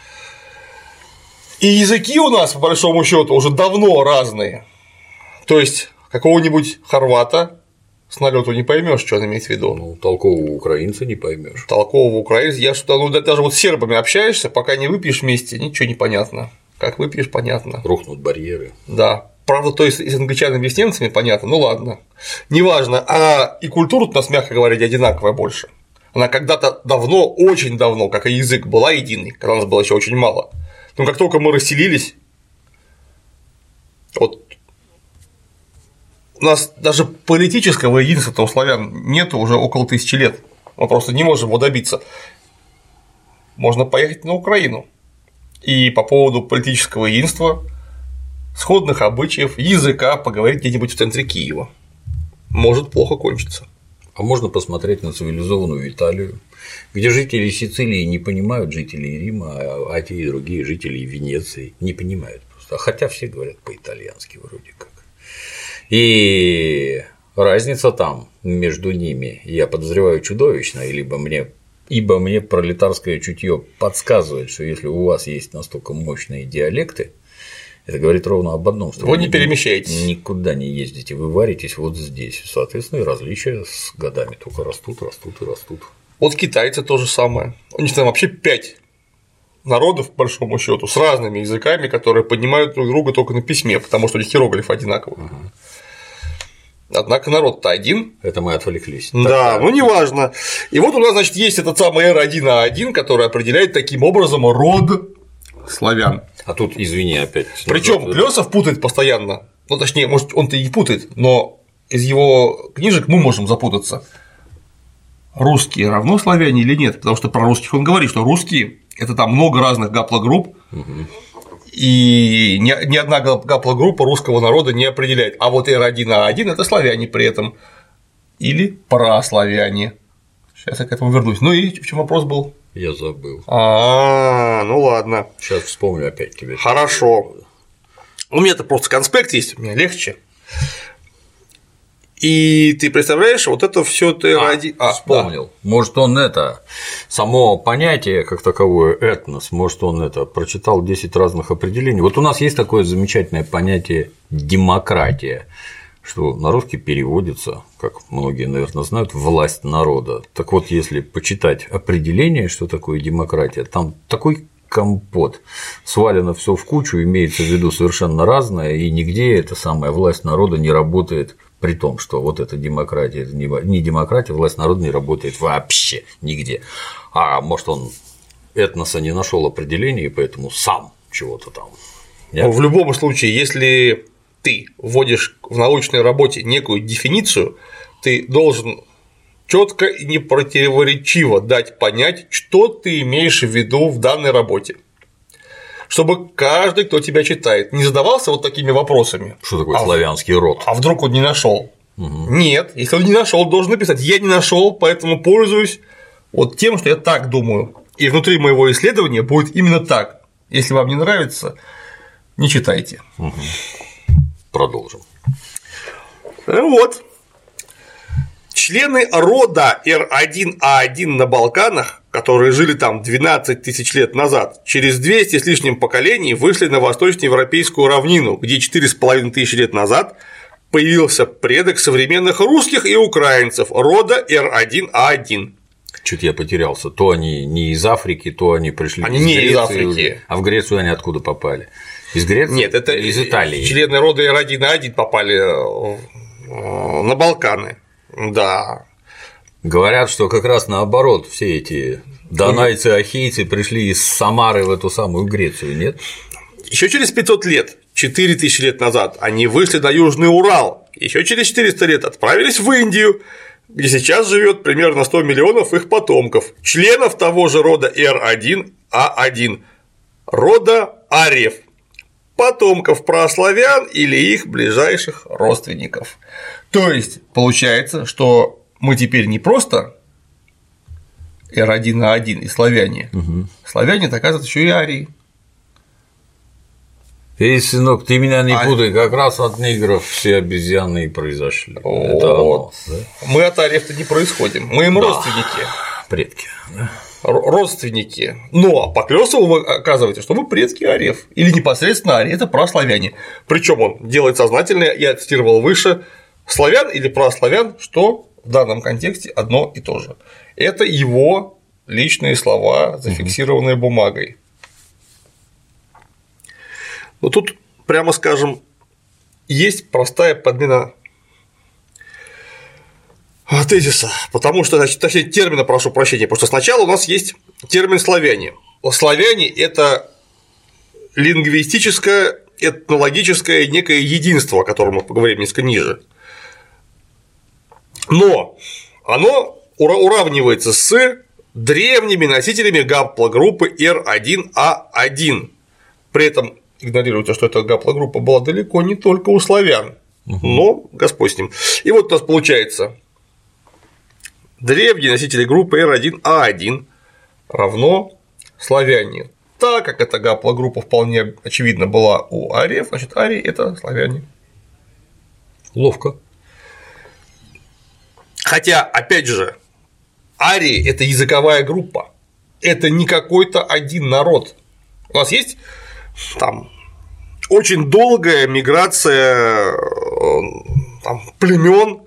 И языки у нас, по большому счету, уже давно разные. То есть какого-нибудь хорвата с налету не поймешь, что он имеет в виду. Ну, толкового украинца не поймешь. Толкового украинца. Я что-то, ну, даже вот с сербами общаешься, пока не выпьешь вместе, ничего не понятно. Как выпьешь, понятно. Рухнут барьеры. Да. Правда, то есть с англичанами и с немцами понятно, ну ладно. Неважно. А и культура у нас, мягко говоря, одинаковая больше. Она когда-то давно, очень давно, как и язык, была единой, когда нас было еще очень мало. Но как только мы расселились, вот у нас даже политического единства у славян нет уже около 1000 лет. Мы просто не можем его добиться. Можно поехать на Украину. И по поводу политического единства, сходных обычаев, языка поговорить где-нибудь в центре Киева. Может плохо кончиться. А можно посмотреть на цивилизованную Италию, где жители Сицилии не понимают жителей Рима, а те и другие жители Венеции не понимают просто. Хотя все говорят по-итальянски вроде как. И разница там между ними, я подозреваю, чудовищная, ибо мне пролетарское чутье подсказывает, что если у вас есть настолько мощные диалекты, это говорит ровно об одном, что вы не перемещаетесь, никуда не ездите, вы варитесь вот здесь. Соответственно, и различия с годами только растут, растут и растут. Вот китайцы то же самое. У них там вообще 5 народов, по большому счету, с разными языками, которые понимают друг друга только на письме, потому что у них иероглиф одинаковый. Однако народ-то один. Это мы отвлеклись. Да, ну неважно. И вот у нас, значит, есть этот самый R1A1, который определяет таким образом род славян. А тут, извини, опять. Причем Клёсов путает постоянно. Ну, точнее, может, он-то и не путает, но из его книжек мы можем запутаться. Русские равно славяне или нет? Потому что про русских он говорит, что русские – это там много разных гаплогрупп, и ни одна гаплогруппа русского народа не определяет. А вот R1A1 – это славяне при этом. Или праславяне. Сейчас я к этому вернусь. Ну и в чем вопрос был? Я забыл. Ну ладно. Сейчас вспомню опять тебе. Хорошо. У меня-то просто конспект есть, у меня легче. И ты представляешь, вот это все ты ради. Вспомнил. Да. Может, он само понятие как таковое этнос, может, он прочитал 10 разных определений. Вот у нас есть такое замечательное понятие демократия, что на русский переводится, как многие, наверное, знают, власть народа. Так вот, если почитать определение, что такое демократия, там такой компот, свалено все в кучу, имеется в виду совершенно разное, и нигде эта самая власть народа не работает, при том, что вот эта демократия, это не демократия, власть народа не работает вообще нигде. А может, он этноса не нашел определения, и поэтому сам чего-то там. Нет? В любом случае, если ты вводишь в научной работе некую дефиницию, ты должен четко и непротиворечиво дать понять, что ты имеешь в виду в данной работе, чтобы каждый, кто тебя читает, не задавался вот такими вопросами. Что такое славянский род? А вдруг он не нашел? Нет, если он не нашел, должен написать: я не нашел, поэтому пользуюсь вот тем, что я так думаю. И внутри моего исследования будет именно так. Если вам не нравится, не читайте. Продолжим. Вот. Члены рода R1A1 на Балканах, которые жили там 12 тысяч лет назад, через 200 с лишним поколений вышли на восточноевропейскую равнину, где 4,5 тысячи лет назад появился предок современных русских и украинцев рода R1A1. Чуть я потерялся. То они не из Африки, то они пришли они из не Греции. Из Африки. А в Грецию они откуда попали? Из Греции? Нет, это из Италии. Члены рода R1A1 попали на Балканы. Да. Говорят, что как раз наоборот, все эти донайцы, ахейцы пришли из Самары в эту самую Грецию, нет? Еще через 500 лет, 4000 лет назад, они вышли на Южный Урал, еще через 400 лет отправились в Индию, где сейчас живет примерно 100 миллионов их потомков, членов того же рода R1A1, рода ариев, потомков праславян или их ближайших родственников. То есть получается, что мы теперь не просто R1A1 и славяне, славяне, так оказывается, еще и арии. Эй, сынок, ты меня не путай, как раз от негров все обезьяны и произошли. Вот. Это оно, да? Мы от ариев-то не происходим, мы им родственники. Предки. Да? Родственники. Но по Клёсову вы оказываете, что мы предки ариев. Или непосредственно арии, это праславяне. Причем он делает сознательно, я цитировал выше, славян или праславян, что в данном контексте одно и то же. Это его личные слова, зафиксированные бумагой. Но тут, прямо скажем, есть простая подмена тезиса, потому что, значит, точнее, термина, прошу прощения, потому что сначала у нас есть термин славяне. Славяне – это лингвистическое, этнологическое некое единство, о котором мы поговорим несколько ниже. Но оно уравнивается с древними носителями гаплогруппы R1A1. При этом игнорируется, что эта гаплогруппа была далеко не только у славян, но Господь с ним. И вот у нас получается древние носители группы R1A1 равно славяне. Так как эта гаплогруппа вполне очевидно была у ариев, значит, арии – это славяне. Ловко. Хотя, опять же, арии – это языковая группа, это не какой-то один народ. У нас есть там очень долгая миграция племен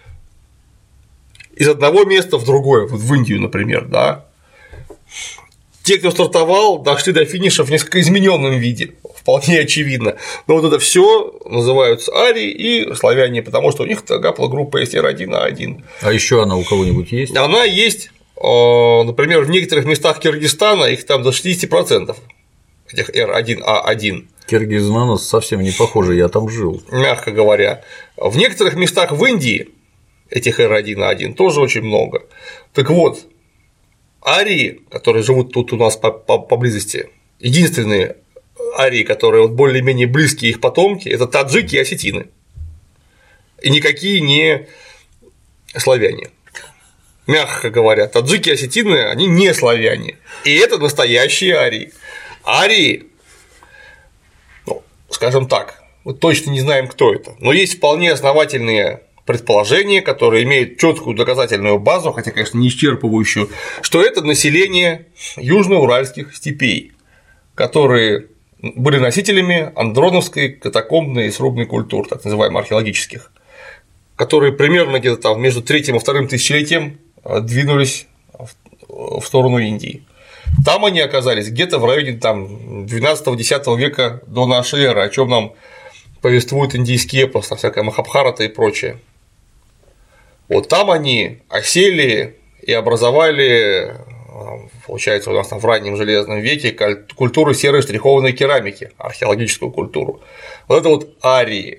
из одного места в другое, вот в Индию, например, да. Те, кто стартовал, дошли до финиша в несколько измененном виде, вполне очевидно. Но вот это все называются арии и славяне, потому что у них гаплогруппа есть R1A1. А еще она у кого-нибудь есть? Она есть, например, в некоторых местах Киргизстана их там до 60%. Этих R1A1. Киргиз на нас совсем не похоже, я там жил. Мягко говоря. В некоторых местах в Индии этих R1A1 тоже очень много. Так вот, арии, которые живут тут у нас поблизости, единственные арии, которые вот более-менее близкие их потомки, это таджики и осетины. И никакие не славяне. Мягко говоря, таджики и осетины, они не славяне. И это настоящие арии. Арии, ну, скажем так, мы точно не знаем, кто это, но есть вполне основательные предположения, которые имеют четкую доказательную базу, хотя, конечно, не исчерпывающую, что это население южноуральских степей, которые были носителями андроновской катакомбной и срубной культур, так называемых археологических, которые примерно где-то там между 3-м и 2-м тысячелетием двинулись в сторону Индии. Там они оказались где-то в районе 12-10 века до нашей эры, о чем нам повествует индийский эпос, всякая Махабхарата и прочее. Вот там они осели и образовали, получается, у нас там в раннем железном веке культуру серой штрихованной керамики, археологическую культуру. Вот это вот арии.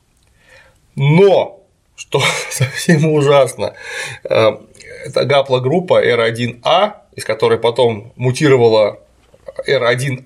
Но, что совсем ужасно, это гаплогруппа R1A, из которой потом мутировала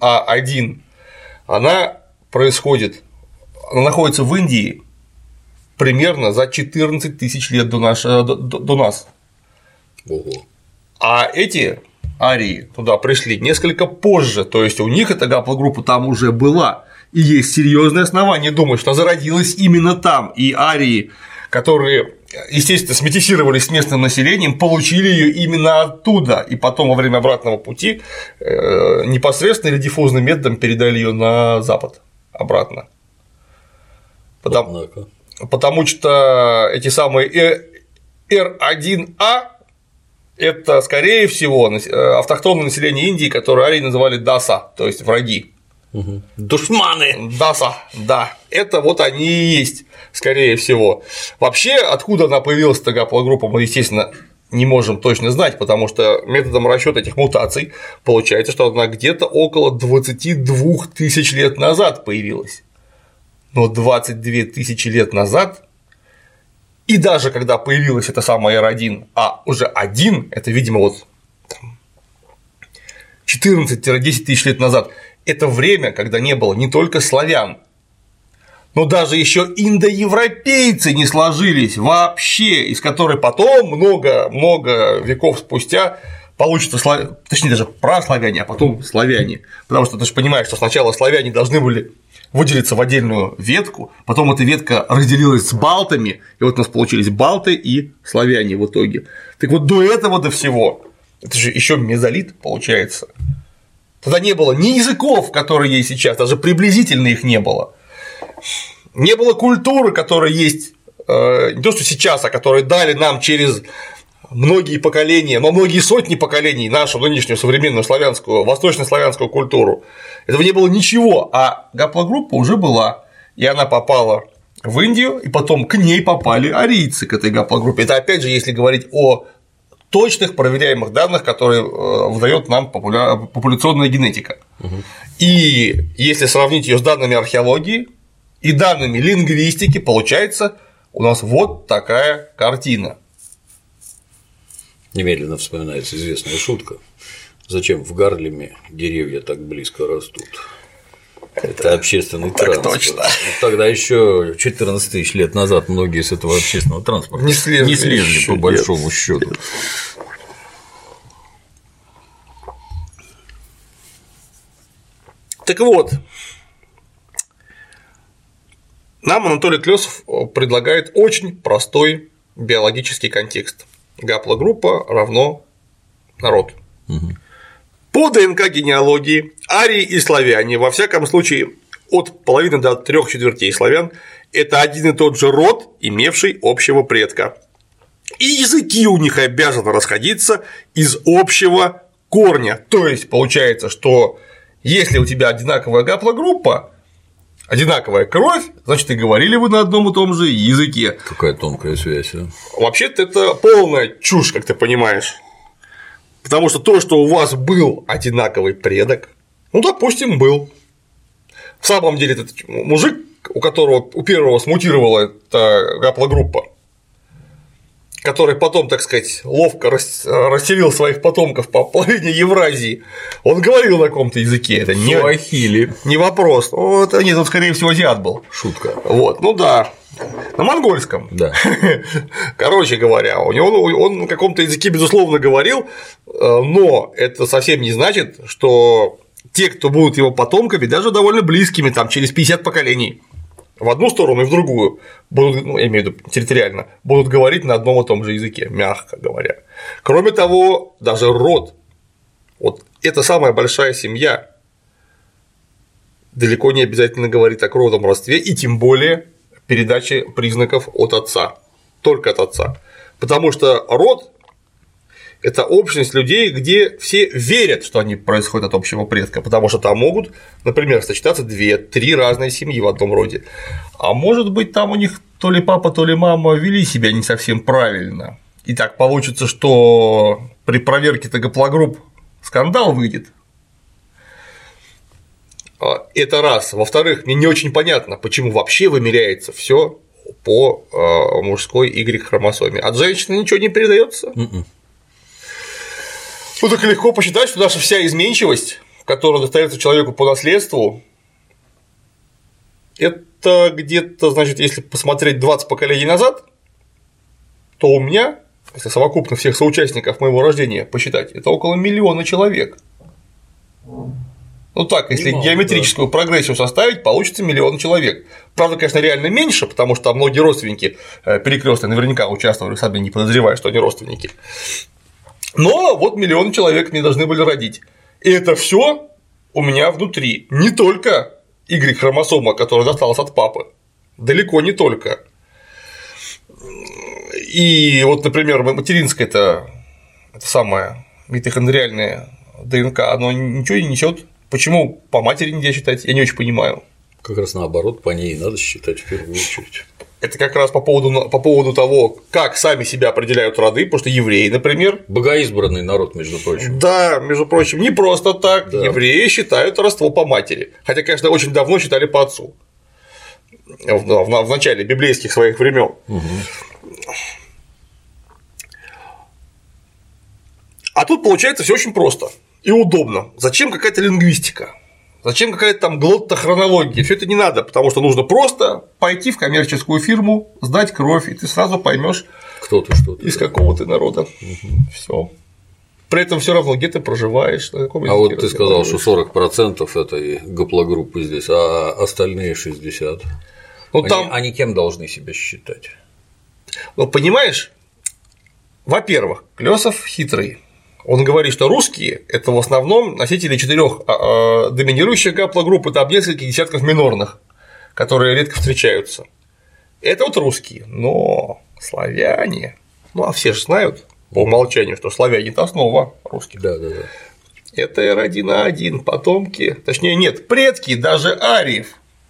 R1A1, она находится в Индии, примерно за 14 тысяч лет до нас. Ого. А эти арии туда пришли несколько позже, то есть у них эта гаплогруппа там уже была, и есть серьезные основания думать, что она зародилась именно там, и арии, которые, естественно, сметисировались с местным населением, получили ее именно оттуда, и потом во время обратного пути непосредственно или диффузным методом передали ее на запад обратно. Потому что эти самые R1A это, скорее всего, автохтонное население Индии, которое арии называли даса, то есть враги. Душманы! Даса, да, это вот они и есть, скорее всего. Вообще, откуда она появилась, эта гаплогруппа, мы, естественно, не можем точно знать, потому что методом расчета этих мутаций получается, что она где-то около 22 тысяч лет назад появилась. Но 22 тысячи лет назад, и даже когда появилась эта самая R1, а уже 1, это, видимо, вот 14-10 тысяч лет назад, это время, когда не было не только славян, но даже еще индоевропейцы не сложились вообще, из которой потом много веков спустя получится, точнее даже прославяне, а потом славяне, потому что ты же понимаешь, что сначала славяне должны были выделиться в отдельную ветку, потом эта ветка разделилась с балтами, и вот у нас получились балты и славяне в итоге. Так вот до этого, до всего, это же еще мезолит получается. Тогда не было ни языков, которые есть сейчас, даже приблизительно их не было. Не было культуры, которая есть не то, что сейчас, а которые дали нам через многие поколения, но многие сотни поколений нашу нынешнюю современную славянскую, восточнославянскую культуру. Этого не было ничего, а гаплогруппа уже была, и она попала в Индию, и потом к ней попали арийцы, к этой гаплогруппе. Это опять же, если говорить о точных проверяемых данных, которые выдает нам популяционная генетика. И если сравнить ее с данными археологии и данными лингвистики, получается у нас вот такая картина. Немедленно вспоминается известная шутка. Зачем в Гарлеме деревья так близко растут? Это общественный транспорт. Точно. Тогда еще 14 тысяч лет назад многие с этого общественного транспорта не слезли по большому счету. Так вот, нам Анатолий Клёсов предлагает очень простой биологический контекст. Гаплогруппа равно народ. По ДНК генеалогии арии и славяне, во всяком случае от половины до 3/4 славян, это один и тот же род, имевший общего предка. И языки у них обязаны расходиться из общего корня. То есть получается, что если у тебя одинаковая гаплогруппа, одинаковая кровь, значит, и говорили вы на одном и том же языке. Какая тонкая связь, а? Вообще-то это полная чушь, как ты понимаешь. Потому что то, что у вас был одинаковый предок, ну, допустим, был. В самом деле, этот мужик, у которого у первого смутировала эта гаплогруппа, который потом, так сказать, ловко расселил своих потомков по половине Евразии, он говорил на каком-то языке, это не вопрос. Вот, нет, он, скорее всего, азиат был. Шутка. Вот, ну да. На монгольском. Да. Короче говоря, он на каком-то языке, безусловно, говорил, но это совсем не значит, что те, кто будут его потомками, даже довольно близкими, там, через 50 поколений, в одну сторону и в другую будут, ну, я имею в виду территориально, будут говорить на одном и том же языке, мягко говоря. Кроме того, даже род, вот эта самая большая семья далеко не обязательно говорит о кровном родстве, и тем более передаче признаков от отца, только от отца. Потому что род – это общность людей, где все верят, что они происходят от общего предка, потому что там могут, например, сочетаться 2-3 разные семьи в одном роде. А может быть, там у них то ли папа, то ли мама вели себя не совсем правильно. И так получится, что при проверке гаплогрупп скандал выйдет. Это раз. Во-вторых, мне не очень понятно, почему вообще вымеряется все по мужской Y-хромосоме. От женщины ничего не передается. Ну, так легко посчитать, что наша вся изменчивость, которая достается человеку по наследству, это это где-то, значит, если посмотреть 20 поколений назад, то у меня, если совокупно всех соучастников моего рождения посчитать, это около 1 миллиона человек. Ну так, если геометрическую прогрессию составить, получится 1 миллион человек. Правда, конечно, реально меньше, потому что многие родственники перекрестные наверняка участвовали, сами не подозревая, что они родственники. Но вот 1 миллион человек мне должны были родить. И это все у меня внутри. Не только Y-хромосома, которая досталась от папы. Далеко не только. И вот, например, материнское это самое митохондриальное ДНК, оно ничего не несет. Почему по матери нельзя считать, я не очень понимаю. Как раз наоборот, по ней надо считать в первую очередь. Это как раз по поводу того, как сами себя определяют роды, потому что евреи, например. Богоизбранный народ, между прочим. Да, между прочим, не просто так. Да. Евреи считают родство по матери. Хотя, конечно, очень давно считали по отцу. В начале библейских своих времен. Угу. А тут получается все очень просто и удобно. Зачем какая-то лингвистика? Зачем какая-то там глоттохронология? Все это не надо, потому что нужно просто пойти в коммерческую фирму, сдать кровь, и ты сразу поймешь, кто ты, что ты, из какого ты народа. Угу. Все. При этом все равно, где ты проживаешь, на каком языке. А вот ты сказал, что 40% этой гаплогруппы здесь, а остальные 60%. Ну, они кем должны себя считать? Ну, понимаешь, во-первых, Клёсов хитрый. Он говорит, что русские – это в основном носители 4 доминирующих гаплогрупп, это об нескольких десятков минорных, которые редко встречаются. Это вот русские, но славяне, ну а все же знают по умолчанию, что славяне – это основа русских. Да. Это R1A1, потомки, точнее нет, предки даже ариев.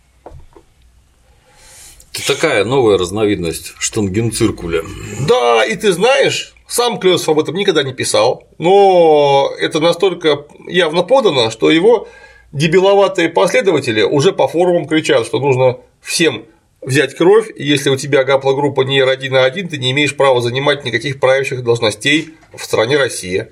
Это такая новая разновидность штангенциркуля. Да, и ты знаешь. Сам Клёсов об этом никогда не писал, но это настолько явно подано, что его дебиловатые последователи уже по форумам кричат, что нужно всем взять кровь, и если у тебя гаплогруппа не R1A1, ты не имеешь права занимать никаких правящих должностей в стране Россия.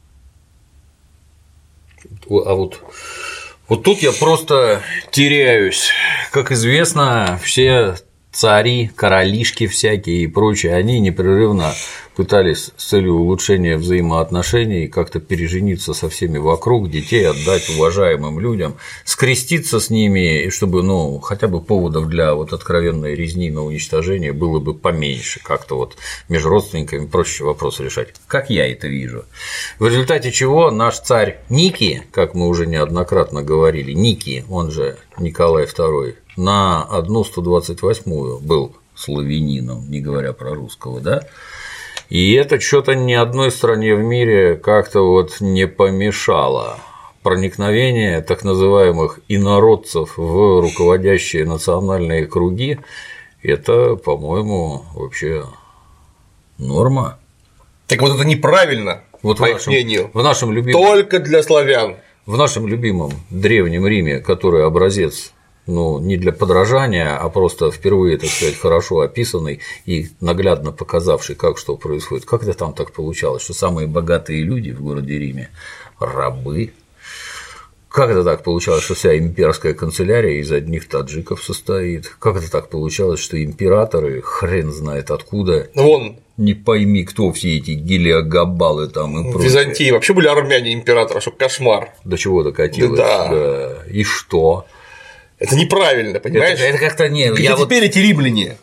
А вот тут я просто теряюсь. Как известно, все цари, королишки всякие и прочие, они непрерывно пытались с целью улучшения взаимоотношений как-то пережениться со всеми вокруг, детей отдать уважаемым людям, скреститься с ними, и чтобы, хотя бы поводов для вот откровенной резни на уничтожение было бы поменьше, как-то вот между родственниками проще вопросы решать. Как я это вижу. В результате чего наш царь Ники, как мы уже неоднократно говорили, Ники, он же Николай II, на 1/128 был славянином, не говоря про русского, да? И это что-то ни одной стране в мире как-то вот не помешало. Проникновение так называемых инородцев в руководящие национальные круги – это, по-моему, вообще норма. Так вот это неправильно, вот по их мнению. В нашем любимом, только для славян. В нашем любимом Древнем Риме, который образец не для подражания, а просто впервые, так сказать, хорошо описанный и наглядно показавший, как что происходит. Как это там так получалось, что самые богатые люди в городе Риме – рабы? Как это так получалось, что вся имперская канцелярия из одних таджиков состоит? Как это так получалось, что императоры, хрен знает откуда, не пойми, кто все эти Гелиогабалы там и прочее. В Византии вообще были армяне императора, что кошмар. До чего докатилось? Да. И что? Это неправильно, понимаешь? Это как-то не. Теперь эти римляне.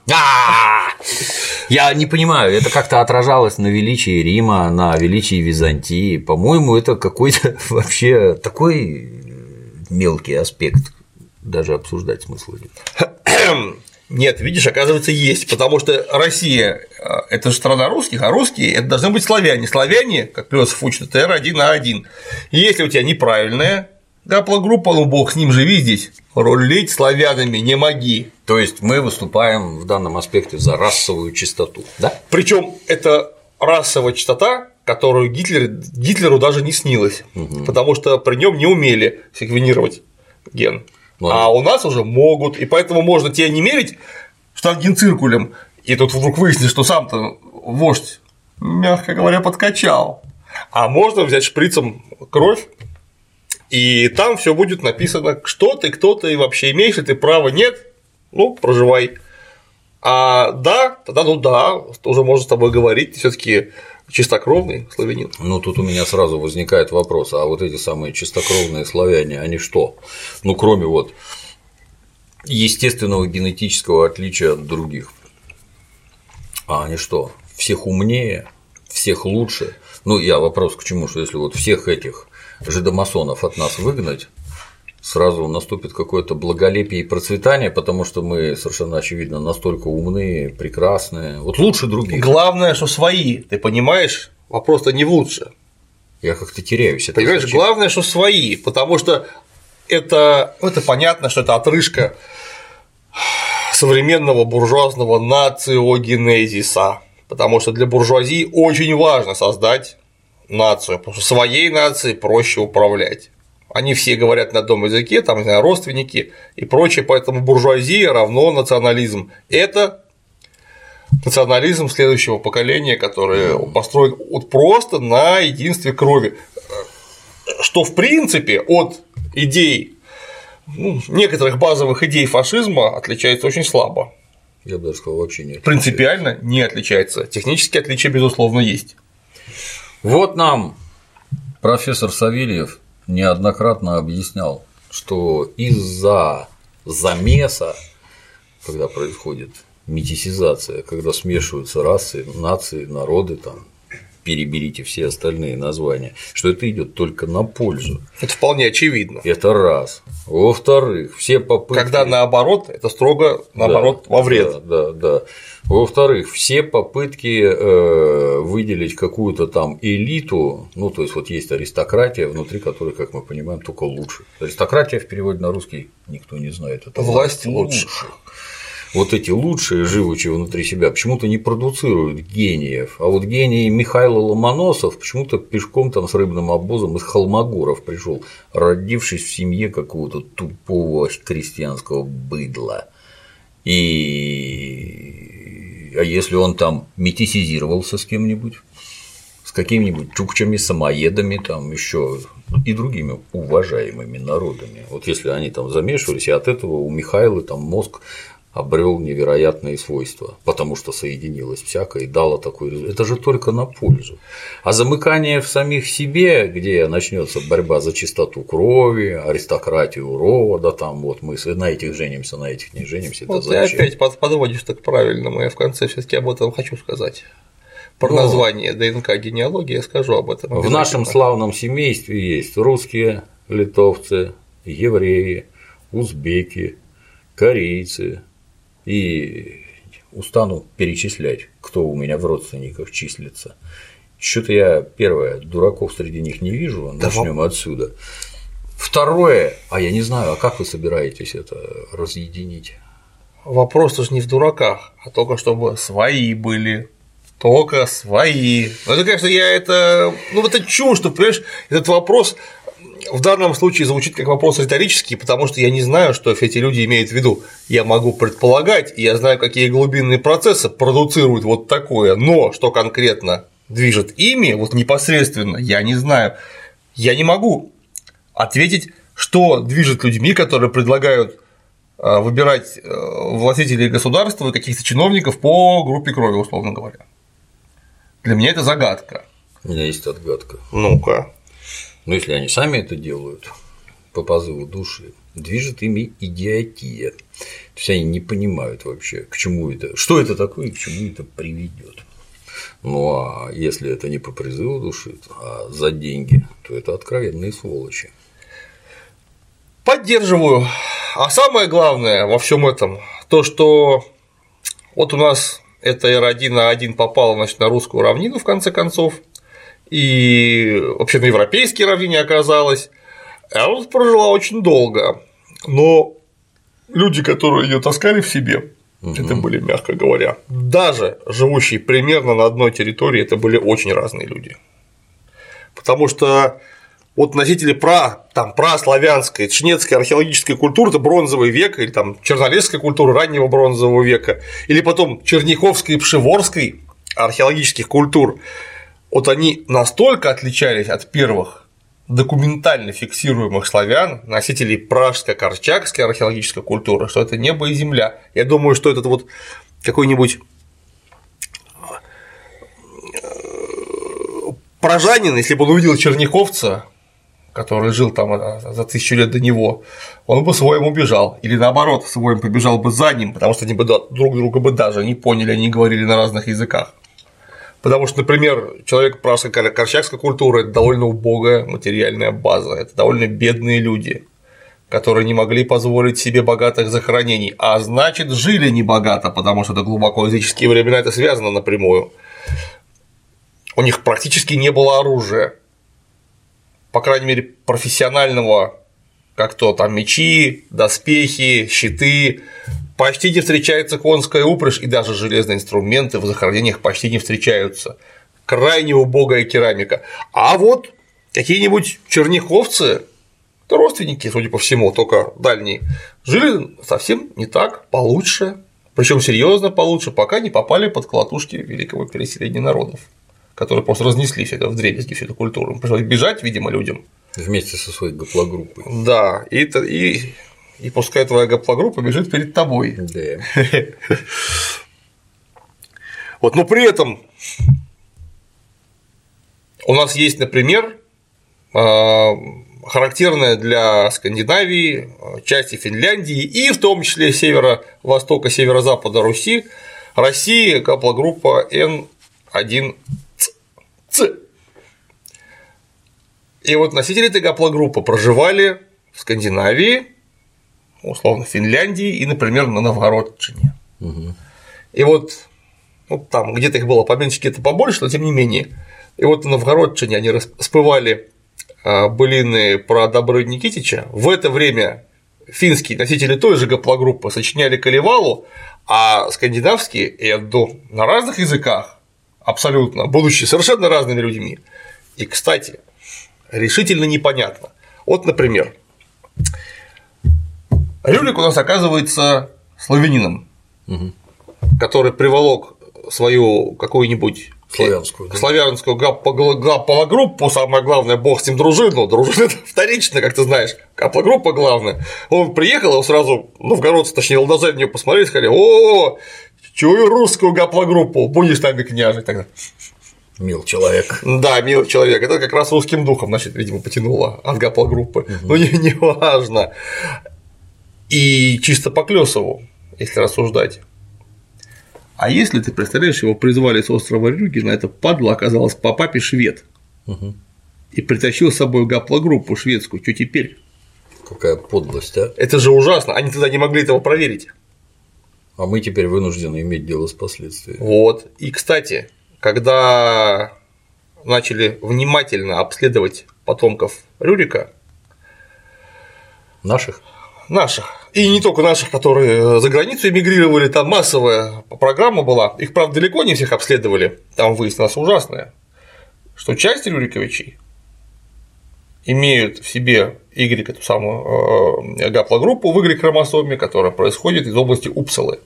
Я не понимаю, это как-то отражалось на величии Рима, на величии Византии. По-моему, это какой-то вообще такой мелкий аспект, даже обсуждать смысла нет. Нет, видишь, оказывается, есть, потому что Россия – это же страна русских, а русские – это должны быть славяне. Славяне, как Клёсов учит, это R1A1. И если у тебя неправильная гаплогруппа, бог с ним, живи здесь, рулить славянами не моги. То есть мы выступаем в данном аспекте за расовую чистоту, да? Причем это расовая чистота, которую Гитлеру даже не снилось, потому что при нем не умели секвенировать ген. А у нас уже могут, и поэтому можно тебя не мерить штангенциркулем, и тут вдруг выяснится, что сам-то вождь, мягко говоря, подкачал. А можно взять шприцем кровь, и там все будет написано, что ты, кто ты, и вообще имеешь ли ты право, нет, ну, проживай. А да, тогда, ну да, уже можно с тобой говорить, ты все-таки чистокровный славянин. Ну, тут у меня сразу возникает вопрос, а вот эти самые чистокровные славяне, они что? Ну, кроме вот естественного генетического отличия от других. А они что? Всех умнее, всех лучше? Ну, я вопрос к чему, что если вот всех этих жидомасонов от нас выгнать, сразу наступит какое-то благолепие и процветание, потому что мы совершенно очевидно настолько умные, прекрасные, вот лучше других. Главное, что свои, ты понимаешь? Вопрос-то не в лучше. Я как-то теряюсь. Понимаешь, главное, что свои, потому что это понятно, что это отрыжка современного буржуазного нациогенезиса, потому что для буржуазии очень важно создать нацию, потому что своей нацией проще управлять. Они все говорят на одном языке, там, не знаю, родственники и прочее, поэтому буржуазия равно национализм. Это национализм следующего поколения, который построен вот просто на единстве крови, что в принципе от идей, некоторых базовых идей фашизма отличается очень слабо. Я бы даже сказал, вообще не отличается. Принципиально не отличается. Технические отличия, безусловно, есть. Вот нам профессор Савельев неоднократно объяснял, что из-за замеса, когда происходит метисизация, когда смешиваются расы, нации, народы, там, переберите все остальные названия, что это идет только на пользу. Это вполне очевидно. Это раз. Во-вторых, все попытки. Когда наоборот, это строго наоборот во вред. Да. Во-вторых, все попытки выделить какую-то там элиту, ну, то есть вот есть аристократия, внутри которой, как мы понимаем, только лучше. Аристократия в переводе на русский никто не знает. Это власть лучших. Вот эти лучшие, живучи внутри себя, почему-то не продуцируют гениев, а вот гений Михаил Ломоносов почему-то пешком там с рыбным обозом из Холмогоров пришел, родившись в семье какого-то тупого крестьянского быдла. А если он там метисизировался с кем-нибудь, с какими-нибудь чукчами, самоедами, там еще и другими уважаемыми народами, вот если они там замешивались, и от этого у Михаила там мозг обрел невероятные свойства, потому что соединилось всякое и дало такой результат. Это же только на пользу. А замыкание в самих себе, где начнется борьба за чистоту крови, аристократию рода, там вот мы на этих женимся, на этих не женимся. Вот ты опять подводишь так правильно, я в конце все-таки об этом хочу сказать. Про название ДНК генеалогии я скажу об этом. В нашем славном семействе есть русские, литовцы, евреи, узбеки, корейцы. И устану перечислять, кто у меня в родственниках числится. Что-то я, первое, дураков среди них не вижу, начнем отсюда. Второе, я не знаю, а как вы собираетесь это разъединить? Вопрос же не в дураках, а только чтобы свои были. Только свои. Ну, это, конечно, это чушь, что, понимаешь, этот вопрос в данном случае звучит как вопрос риторический, потому что я не знаю, что эти люди имеют в виду. Я могу предполагать, и я знаю, какие глубинные процессы продуцируют вот такое, но что конкретно движет ими, вот непосредственно, я не знаю. Я не могу ответить, что движет людьми, которые предлагают выбирать властителей государства и каких-то чиновников по группе крови, условно говоря. Для меня это загадка. У меня есть отгадка. Ну-ка. Но если они сами это делают по позыву души, движет ими идиотия. То есть они не понимают вообще, к чему это, что это такое и к чему это приведет. Ну а если это не по призыву души, а за деньги, то это откровенные сволочи. Поддерживаю. А самое главное во всем этом то, что вот у нас эта R1A1 попала, значит, на русскую равнину в конце концов. И вообще на европейские равнине оказалась, а вот прожила очень долго. Но люди, которые ее таскали в себе, это были, мягко говоря, даже живущие примерно на одной территории, это были очень разные люди. Потому что вот носители праславянской, шнецкой археологической культуры, это бронзовый век, или там чернолесской культуры раннего бронзового века, или потом черняховской и пшеворской археологических культур. Вот они настолько отличались от первых документально фиксируемых славян, носителей пражско-корчагской археологической культуры, что это небо и земля. Я думаю, что этот вот какой-нибудь пражанин, если бы он увидел черняховца, который жил там за 1000 лет до него, он бы своим убежал, или наоборот, своим побежал бы за ним, потому что они бы друг друга бы даже не поняли, они говорили на разных языках. Потому что, например, человек пражско-корчагской культуры – это довольно убогая материальная база, это довольно бедные люди, которые не могли позволить себе богатых захоронений, а значит, жили небогато, потому что это глубоко языческие времена, это связано напрямую. У них практически не было оружия, по крайней мере, профессионального, как то там мечи, доспехи, щиты. Почти не встречается конская упряжь, и даже железные инструменты в захоронениях почти не встречаются. Крайне убогая керамика. А вот какие-нибудь черняховцы, это родственники, судя по всему, только дальние, жили совсем не так, получше, причем серьезно получше, пока не попали под колотушки великого переселения народов, которые просто разнесли все это вдребезги, всю эту культуру. Пришлось бежать, видимо, людям. Вместе со своей гаплогруппой. Да, и пускай твоя гаплогруппа бежит перед тобой. Да. Вот, но при этом у нас есть, например, характерная для Скандинавии, части Финляндии и в том числе северо-востока, северо-запада Руси, России гаплогруппа N1C. И вот носители этой гаплогруппы проживали в Скандинавии, условно, в Финляндии и, например, на Новгородчине. Угу. И вот там где-то их было поменьше, где-то побольше, но тем не менее. И вот на Новгородчине они распевали былины про Добрыню Никитича. В это время финские носители той же гаплогруппы сочиняли Калевалу, а скандинавские Эдду на разных языках, абсолютно, будучи совершенно разными людьми. И, кстати, решительно непонятно. Вот, например, Рюрик у нас оказывается славянином, угу. который приволок свою какую-нибудь славянскую гаплогруппу, самое главное, бог с ним дружину, дружина это вторично, как ты знаешь, гаплогруппа главная. Он приехал, его сразу новгородцы, точнее, Алдазарь на него посмотрели и сказали: о, чую русскую гаплогруппу, будешь нами княжить тогда. Мил человек. Да, мил человек. Это как раз русским духом, значит, видимо, потянуло от гаплогруппы. Угу. Но не важно. И чисто по Клёсову, если рассуждать. А если ты представляешь, его призвали с острова Рюгена, это падла оказалась по папе швед. Угу. И притащил с собой гаплогруппу шведскую. Что теперь? Какая подлость, а? Это же ужасно. Они тогда не могли этого проверить. А мы теперь вынуждены иметь дело с последствиями. Вот. И, кстати, когда начали внимательно обследовать потомков Рюрика, Наших, и не только наших, которые за границу эмигрировали, там массовая программа была, их, правда, далеко не всех обследовали, там выяснилось ужасное, что часть Рюриковичей имеют в себе Y, эту самую гаплогруппу в Y-хромосоме, которая происходит из области Упсалы.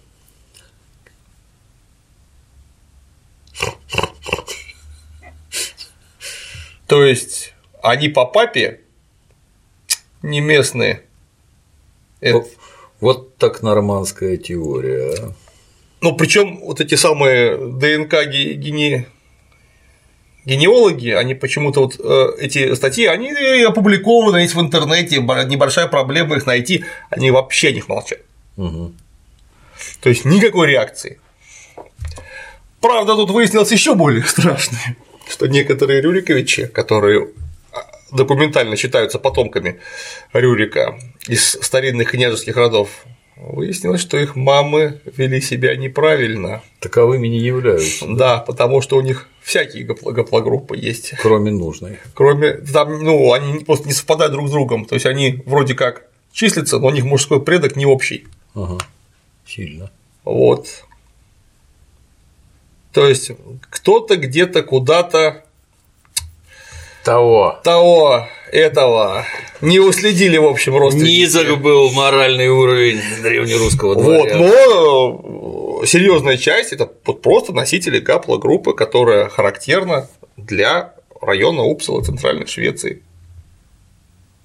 То есть они по папе не местные. Вот так нормандская теория. Ну, причем вот эти самые ДНК генеалоги, они почему-то вот эти статьи, они опубликованы, есть в интернете, небольшая проблема их найти, они вообще о них молчат. Угу. То есть никакой реакции. Правда, тут выяснилось еще более страшное, что некоторые Рюриковичи, которые документально считаются потомками Рюрика из старинных княжеских родов, выяснилось, что их мамы вели себя неправильно. Таковыми не являются. Да, потому что у них всякие гаплогруппы есть. Кроме нужной. Кроме там, они просто не совпадают друг с другом. То есть они вроде как числятся, но у них мужской предок не общий. Ага. Сильно. Вот. То есть кто-то где-то куда-то этого не уследили, в общем, родственники. Низок был моральный уровень древнерусского дворя. Вот, но серьезная часть это просто носители гаплогруппы, которая характерна для района Упсала Центральной Швеции.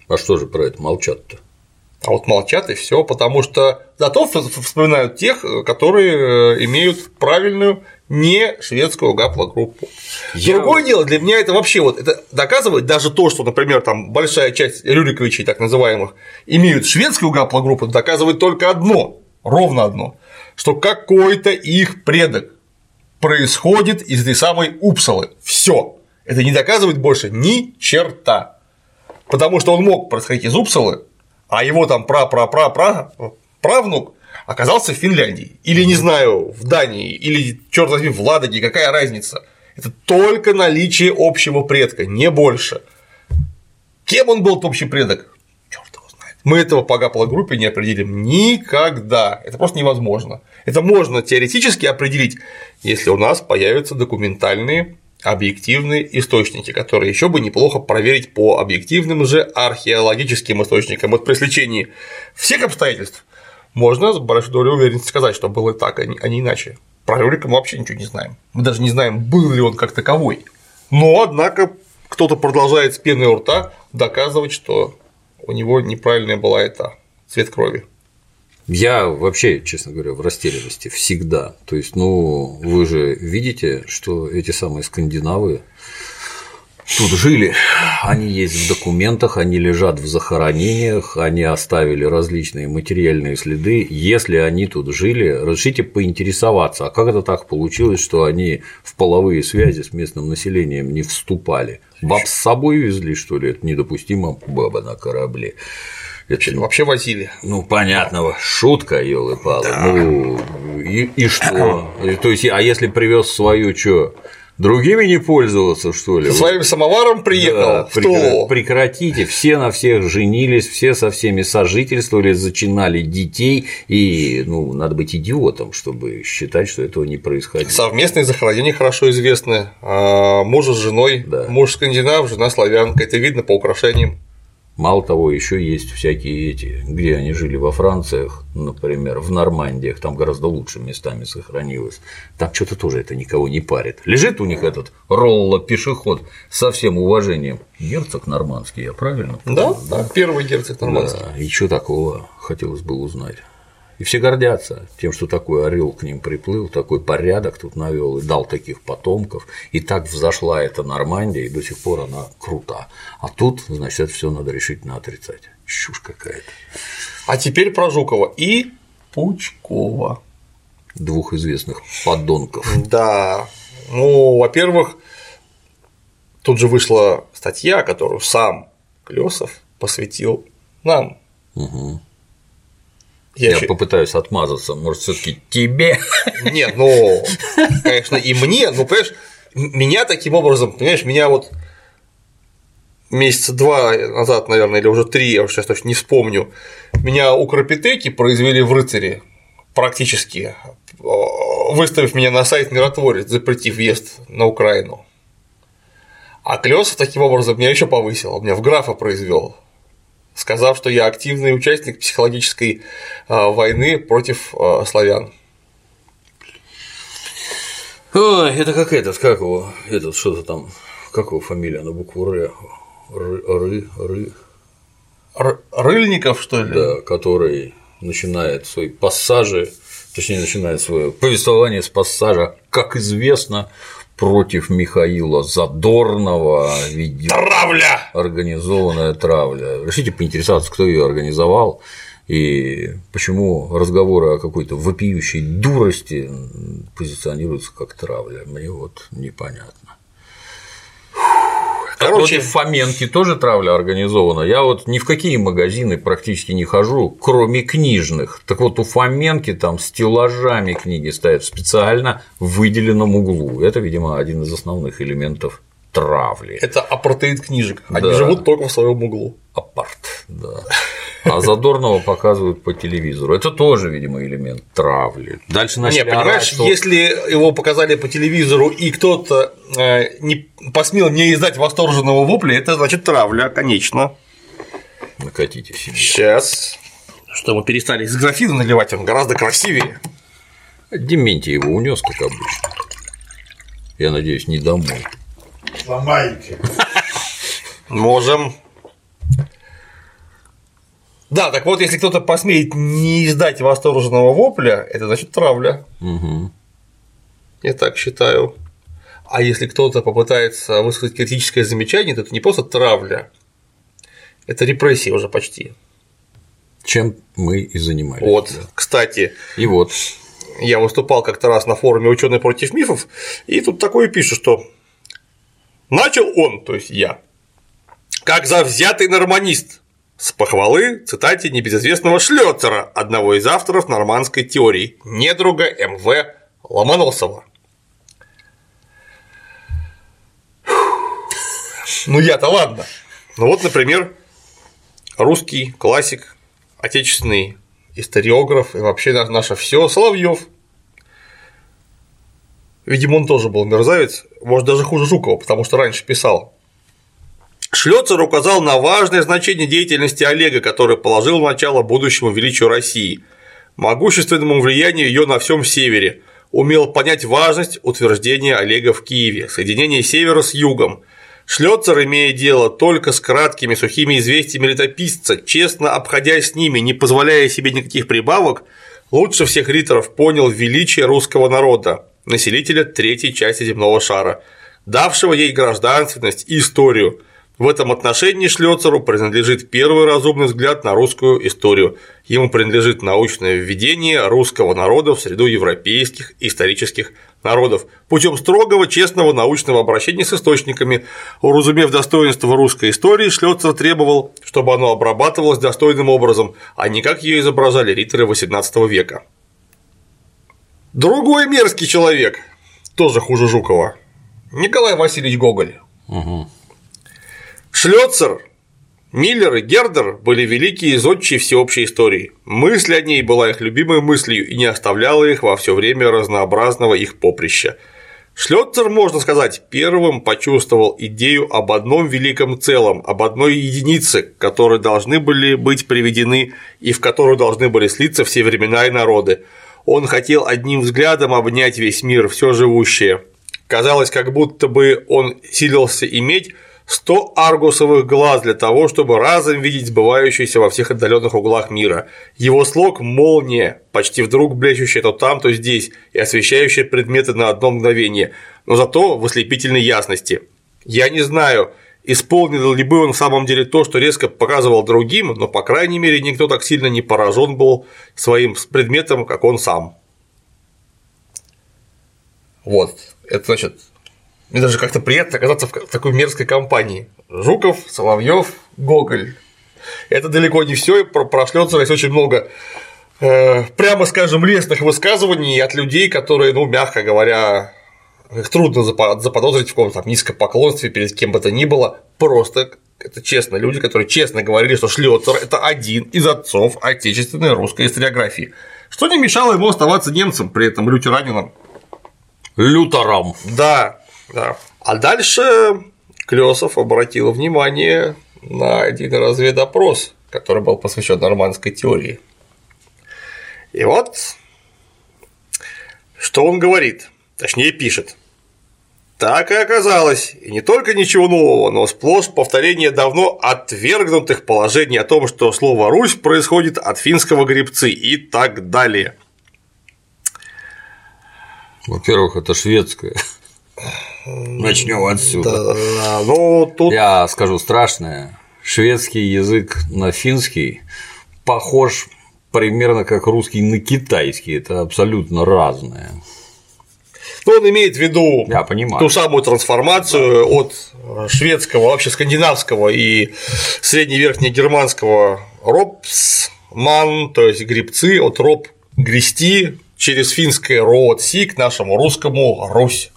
А что же про это молчат-то? А вот молчат и все, потому что зато вспоминают тех, которые имеют правильную не шведскую гаплогруппу. Другое дело, для меня это вообще вот это доказывает даже то, что, например, там большая часть Рюриковичей, так называемых, имеют шведскую гаплогруппу, доказывает только одно, ровно одно, что какой-то их предок происходит из этой самой Упсалы. Все. Это не доказывает больше ни черта. Потому что он мог происходить из Упсалы, а его там правнук оказался в Финляндии. Или, не знаю, в Дании, или, чёрт возьми, в Ладоге, какая разница? Это только наличие общего предка, не больше. Кем он был, этот общий предок? Чёрт его знает. Мы этого по гаплогруппе не определим никогда. Это просто невозможно. Это можно теоретически определить, если у нас появятся документальные объективные источники, которые еще бы неплохо проверить по объективным же археологическим источникам. Вот при сличении всех обстоятельств можно с большой долей уверенности сказать, что было так, а не иначе. Про Рюрика мы вообще ничего не знаем. Мы даже не знаем, был ли он как таковой. Но, однако, кто-то продолжает с пеной у рта доказывать, что у него неправильная была эта цвет крови. Я вообще, честно говоря, в растерянности всегда. То есть, ну, вы же видите, что эти самые скандинавы тут жили, они есть в документах, они лежат в захоронениях, они оставили различные материальные следы. Если они тут жили, разрешите поинтересоваться, а как это так получилось, что они в половые связи с местным населением не вступали? Баб с собой везли, что ли? Это недопустимо, баба на корабле. Это вообще возили. Ну, понятно, шутка, ёлы-палы. Да. Ну, и что? То есть, а если привез свою, что? Другими не пользоваться, что ли? Своим самоваром приехал. Да, прекратите, все на всех женились, все со всеми сожительствовали, зачинали детей, и, ну, надо быть идиотом, чтобы считать, что этого не происходило. Совместные захоронения хорошо известны. Муж с женой, да. Муж скандинав, жена славянка, это видно по украшениям. Мало того, еще есть всякие эти, где они жили во Франциях, например, в Нормандиях, там гораздо лучше местами сохранилось. Там что-то тоже это никого не парит. Лежит у них этот Ролло-пешеход со всем уважением. Герцог нормандский, я правильно понял? Да, первый герцог нормандский. Да, и что такого хотелось бы узнать. И все гордятся тем, что такой орел к ним приплыл, такой порядок тут навел и дал таких потомков. И так взошла эта Нормандия, и до сих пор она крута. А тут, значит, это все надо решительно отрицать. Чушь какая-то. А теперь про Жукова и Пучкова. Двух известных подонков. Да. Ну, во-первых, тут же вышла статья, которую сам Клёсов посвятил нам. Угу. Я попытаюсь отмазаться, может, все-таки тебе? Нет, ну, конечно, и мне, ну, понимаешь, меня таким образом, понимаешь, меня вот месяца 2 назад, наверное, или уже 3, я уже сейчас точно не вспомню, меня укропитеки произвели в рыцари практически, выставив меня на сайт Миротворец, запретив въезд на Украину. А Клёсов таким образом меня еще повысил, меня в графа произвел, сказав, что я активный участник психологической войны против славян. Ой, это как этот, как его, этот что-то там, как его фамилия на букву Р? Рыльников, что ли? Да, который начинает свои пассажи, точнее, начинает свое повествование с пассажа, как известно, против Михаила Задорнова ведет травля! Организованная травля. Решите поинтересоваться, кто ее организовал и почему разговоры о какой-то вопиющей дурости позиционируются как травля. Мне вот непонятно. Короче, против Фоменки тоже травля организована. Я вот ни в какие магазины практически не хожу, кроме книжных. Так вот, у Фоменки там стеллажами книги стоят в специально выделенном углу. Это, видимо, один из основных элементов травли. Это апартеид книжек. Они живут только в своем углу. Апарт, да. А Задорнова показывают по телевизору. Это тоже, видимо, элемент травли. Дальше начали орать, понимаешь, что... если его показали по телевизору и кто-то не посмел не издать восторженного вопля, это значит травля, конечно. Накатите себе. Сейчас. Что мы перестали из графина наливать, он гораздо красивее. Дементий его унес, как обычно. Я надеюсь, не домой. Сломайте. Можем. Да, так вот, если кто-то посмеет не издать восторженного вопля, это значит травля. Угу. Я так считаю. А если кто-то попытается высказать критическое замечание, то это не просто травля, это репрессия уже почти. Чем мы и занимались. Вот, да. кстати. И вот. Я выступал как-то раз на форуме «Ученые против мифов», и тут такое пишет, что начал он, то есть я, как завзятый норманист, с похвалы, цитате небезызвестного Шлёцера, одного из авторов нормандской теории, недруга М.В. Ломоносова. Ну я-то ладно. Ну вот, например, русский классик, отечественный историограф и вообще наше все Соловьев. Видимо, он тоже был мерзавец, может, даже хуже Жукова, потому что раньше писал. Шлёцер указал на важное значение деятельности Олега, который положил начало будущему величию России, могущественному влиянию ее на всем севере, умел понять важность утверждения Олега в Киеве, соединение севера с югом. Шлёцер, имея дело только с краткими сухими известиями летописца, честно обходясь с ними, не позволяя себе никаких прибавок, лучше всех риторов понял величие русского народа, населителя третьей части земного шара, давшего ей гражданственность и историю. В этом отношении Шлёцеру принадлежит первый разумный взгляд на русскую историю. Ему принадлежит научное введение русского народа в среду европейских исторических народов путем строгого, честного научного обращения с источниками. Уразумев достоинство русской истории, Шлёцер требовал, чтобы оно обрабатывалось достойным образом, а не как ее изображали риторы XVIII века. Другой мерзкий человек, тоже хуже Жукова, Николай Васильевич Гоголь. Угу. Шлёцер, Миллер и Гердер были великие зодчие всеобщей истории. Мысль о ней была их любимой мыслью и не оставляла их во все время разнообразного их поприща. Шлёцер, можно сказать, первым почувствовал идею об одном великом целом, об одной единице, которые должны были быть приведены и в которую должны были слиться все времена и народы. Он хотел одним взглядом обнять весь мир, все живущее. Казалось, как будто бы он силился иметь 100 аргусовых глаз для того, чтобы разом видеть сбывающееся во всех отдаленных углах мира. Его слог – молния, почти вдруг блещущая то там, то здесь и освещающая предметы на одно мгновение, но зато в ослепительной ясности. Я не знаю, исполнил ли бы он в самом деле то, что резко показывал другим, но, по крайней мере, никто так сильно не поражен был своим предметом, как он сам. Вот, это значит. Мне даже как-то приятно оказаться в такой мерзкой компании. Жуков, Соловьев, Гоголь. Это далеко не все, про Шлёцера есть очень много, прямо скажем, лестных высказываний от людей, которые, ну, мягко говоря, их трудно заподозрить в каком-то низкопоклонстве перед кем бы то ни было. Просто это честно, люди, которые честно говорили, что Шлёцер – это один из отцов отечественной русской историографии, что не мешало ему оставаться немцем, при этом лютеранином. Лютером. Да. Да. А дальше Клёсов обратил внимание на один разведопрос, который был посвящен нормандской теории. И вот что он говорит, точнее пишет. Так и оказалось, и не только ничего нового, но сплошь повторение давно отвергнутых положений о том, что слово «Русь» происходит от финского гребцы и так далее. Во-первых, это шведское. Начнем отсюда. Да, ну, тут... Я скажу страшное. Шведский язык на финский похож примерно как русский на китайский. Это абсолютно разное. Ну, он имеет в виду ту самую трансформацию от шведского, вообще скандинавского и средневерхнегерманского ропсман, то есть гребцы, от роп – грести, через финское роотси к нашему русскому Русь.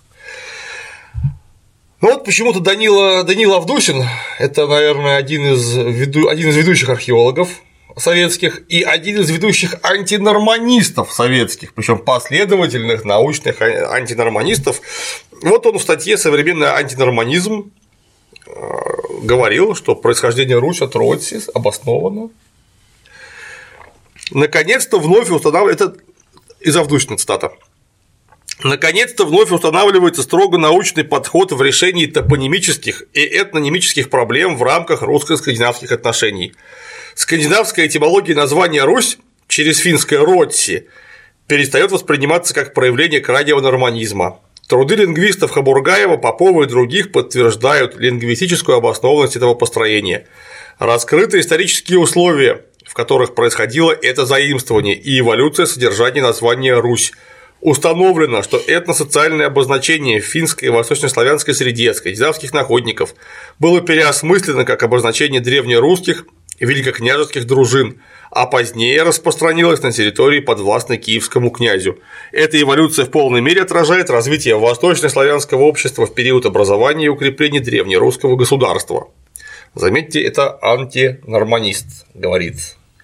Ну вот почему-то Данила Авдусин – это, наверное, один из ведущих археологов советских и один из ведущих антинорманистов советских, причем последовательных научных антинорманистов. Вот он в статье «Современный антинорманизм» говорил, что происхождение Русь от Роотси обосновано. Наконец-то вновь устанавливается, это из Авдусина цитата. Наконец-то вновь устанавливается строго научный подход в решении топонимических и этнонимических проблем в рамках русско-скандинавских отношений. скандинавская этимология названия Русь через финское «Ротси» перестает восприниматься как проявление крайнего норманизма. Труды лингвистов Хабургаева, Попова и других подтверждают лингвистическую обоснованность этого построения. Раскрыты исторические условия, в которых происходило это заимствование и эволюция содержания названия «Русь». Установлено, что этносоциальное обозначение в финской и восточнославянской среде скандинавских находников было переосмыслено как обозначение древнерусских и великокняжеских дружин, а позднее распространилось на территории, подвластной киевскому князю. Эта эволюция в полной мере отражает развитие восточнославянского общества в период образования и укрепления древнерусского государства. Заметьте, это антинорманист говорит.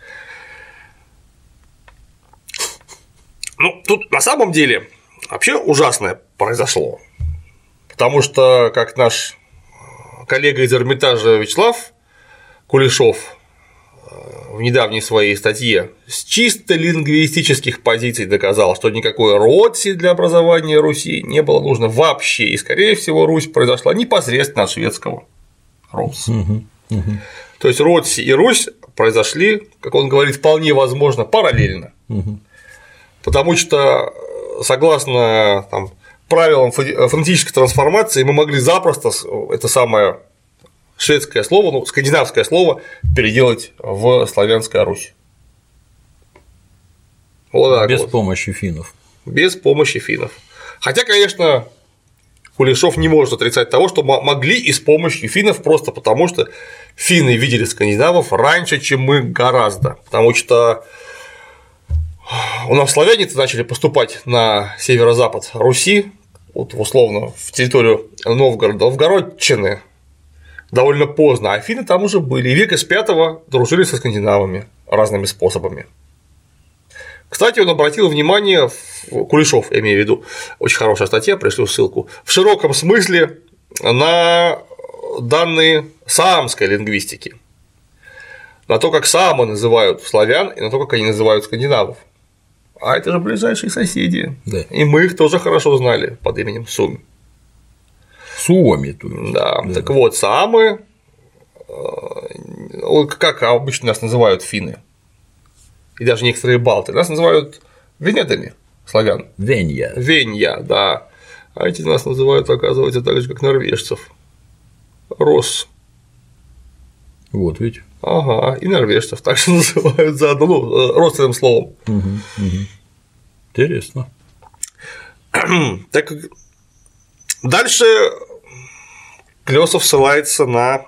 Ну, тут на самом деле вообще ужасное произошло, потому что, как наш коллега из Эрмитажа Вячеслав Кулешов в недавней своей статье с чисто лингвистических позиций доказал, что никакой Ротси для образования Руси не было нужно вообще, и, скорее всего, Русь произошла непосредственно от шведского Рос. То есть Ротси и Русь произошли, как он говорит, вполне возможно, параллельно. Потому что, согласно правилам фонетической трансформации, мы могли запросто это самое шведское слово, ну, скандинавское слово переделать в славянское Русь. Вот так без вот. Помощи финнов. Без помощи финнов. Хотя, конечно, Кулешов не может отрицать того, что могли и с помощью финнов, просто потому что финны видели скандинавов раньше, чем мы гораздо. Потому что у нас славяне-то начали поступать на северо-запад Руси, вот условно в территорию Новгорода, Новгородчины довольно поздно, а финны там уже были, и века с V дружили со скандинавами разными способами. Кстати, он обратил внимание, Кулешов, я имею в виду, очень хорошая статья, пришлю ссылку, в широком смысле на данные саамской лингвистики, на то, как саамы называют славян, и на то, как они называют скандинавов. А это же ближайшие соседи. Да. И мы их тоже хорошо знали под именем Суми. Суоми, то есть. Да. Так вот, саамы, как обычно нас называют финны, и даже некоторые балты, нас называют венедами славян. Венья. Венья, да. А эти нас называют, оказывается, так же, как норвежцев. Рос. Вот ведь. Ага, и норвежцев также называют заодно, ну, родственным словом. Интересно. Так дальше Клёсов ссылается на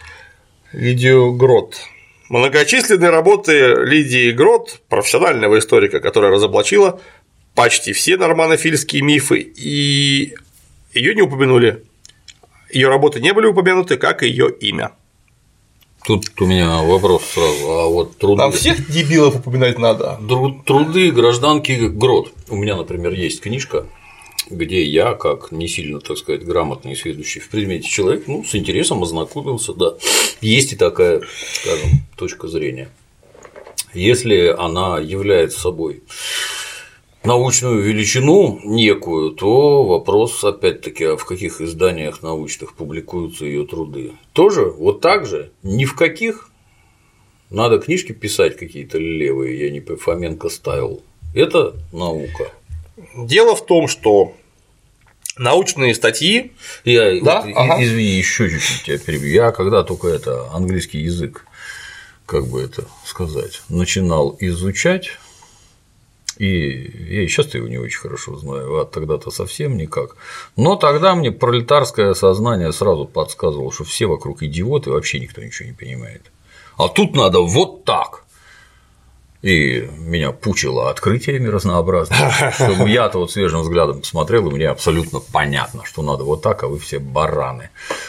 Лидию Грот. Многочисленные работы Лидии Грот, профессионального историка, которая разоблачила почти все норманофильские мифы, и ее не упомянули. Ее работы не были упомянуты, как и ее имя. Тут у меня вопрос сразу, а вот труды… Там всех дебилов упоминать надо. Труды гражданки Грот. У меня, например, есть книжка, где я, как не сильно, так сказать, грамотный и сведущий в предмете человек, ну, с интересом ознакомился, да. Есть и такая, скажем, точка зрения. Если она является собой научную величину некую, то вопрос, опять-таки, а в каких изданиях научных публикуются ее труды. Тоже вот так же, ни в каких. Надо книжки писать какие-то левые, я не Фоменко ставил. Это наука. Дело в том, что научные статьи. Извини, еще чуть-чуть тебя перебью. Я когда только английский язык, как бы это сказать, начинал изучать. И я и сейчас его не очень хорошо знаю, а тогда-то совсем никак. Но тогда мне пролетарское сознание сразу подсказывало, что все вокруг идиоты, вообще никто ничего не понимает. А тут надо вот так. И меня пучило открытиями разнообразными, чтобы я-то вот свежим взглядом посмотрел, и мне абсолютно понятно, что надо вот так, а вы все бараны.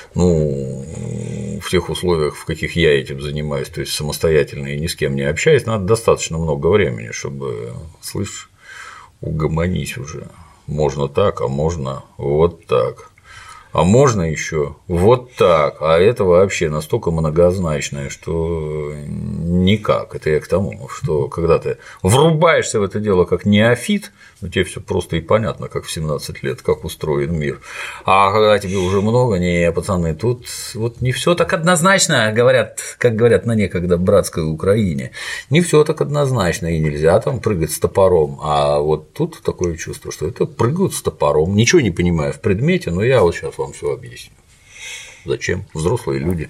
Ну, в тех условиях, в каких я этим занимаюсь, то есть самостоятельно и ни с кем не общаюсь, надо достаточно много времени, чтобы, слышь, угомонись уже. Можно так, а можно вот так. А можно еще вот так, а это вообще настолько многозначное, что никак. Это я к тому, что когда ты врубаешься в это дело как неофит, тебе все просто и понятно, как в 17 лет, как устроен мир. А когда тебе уже много, не, пацаны, тут вот не все так однозначно, говорят, как говорят на некогда братской Украине, не все так однозначно, и нельзя там прыгать с топором. А вот тут такое чувство, что это прыгают с топором, ничего не понимая в предмете, но я вот сейчас вам все объясню. Зачем? Взрослые люди.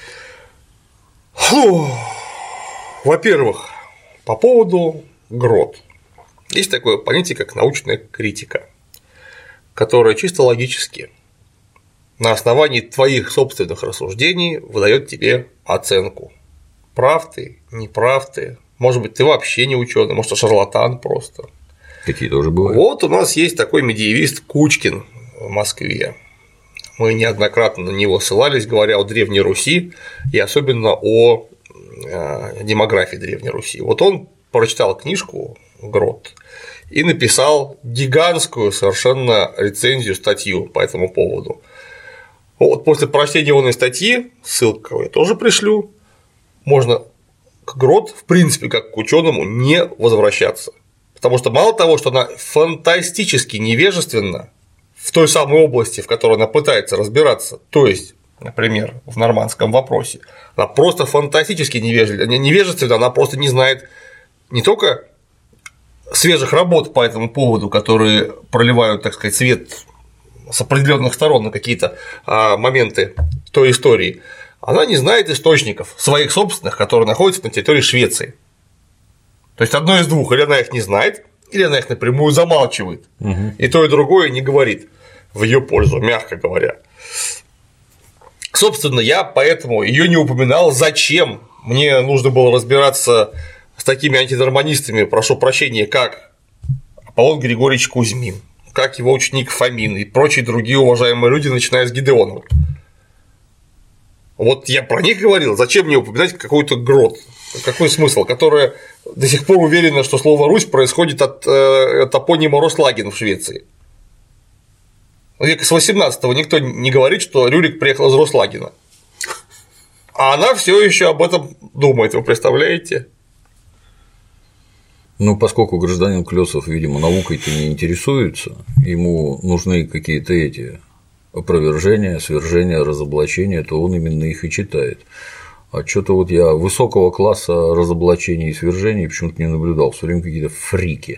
Во-первых, по поводу ГРОТ. Есть такое понятие, как научная критика, которая чисто логически на основании твоих собственных рассуждений выдает тебе оценку. Прав ты, не прав ты, может быть, ты вообще не ученый, может, ты шарлатан просто. Такие тоже бывают. Вот у нас есть такой медиевист Кучкин в Москве. Мы неоднократно на него ссылались, говоря о Древней Руси и особенно о демографии Древней Руси. Вот он прочитал книжку «Грот» и написал гигантскую совершенно рецензию, статью по этому поводу. Вот после прочтения его статьи, ссылку я тоже пришлю, можно к Грот, в принципе, как к ученому, не возвращаться. Потому что мало того, что она фантастически невежественна в той самой области, в которой она пытается разбираться, то есть, например, в нормандском вопросе, она просто фантастически невежественна, она просто не знает не только свежих работ по этому поводу, которые проливают, так сказать, свет с определенных сторон на какие-то моменты той истории, она не знает источников своих собственных, которые находятся на территории Швеции. То есть одно из двух, или она их не знает, или она их напрямую замалчивает, и то, и другое не говорит в ее пользу, мягко говоря. Собственно, я поэтому ее не упоминал. Зачем мне нужно было разбираться с такими антинорманистами, прошу прощения, как Аполлон Григорьевич Кузьмин, как его ученик Фомин и прочие другие уважаемые люди, начиная с Гидеона. Вот я про них говорил, зачем мне упоминать какой-то Грот? Какой смысл? Которая до сих пор уверена, что слово «Русь» происходит от топонима Рослаген в Швеции. Века с 18-го никто не говорит, что Рюрик приехал из Рослагена. А она все еще об этом думает, вы представляете? Ну, поскольку гражданин Клёсов, видимо, наукой-то не интересуется, ему нужны какие-то эти опровержения, свержения, разоблачения, то он именно их и читает. А что-то вот я высокого класса разоблачений и свержений почему-то не наблюдал, все время какие-то фрики.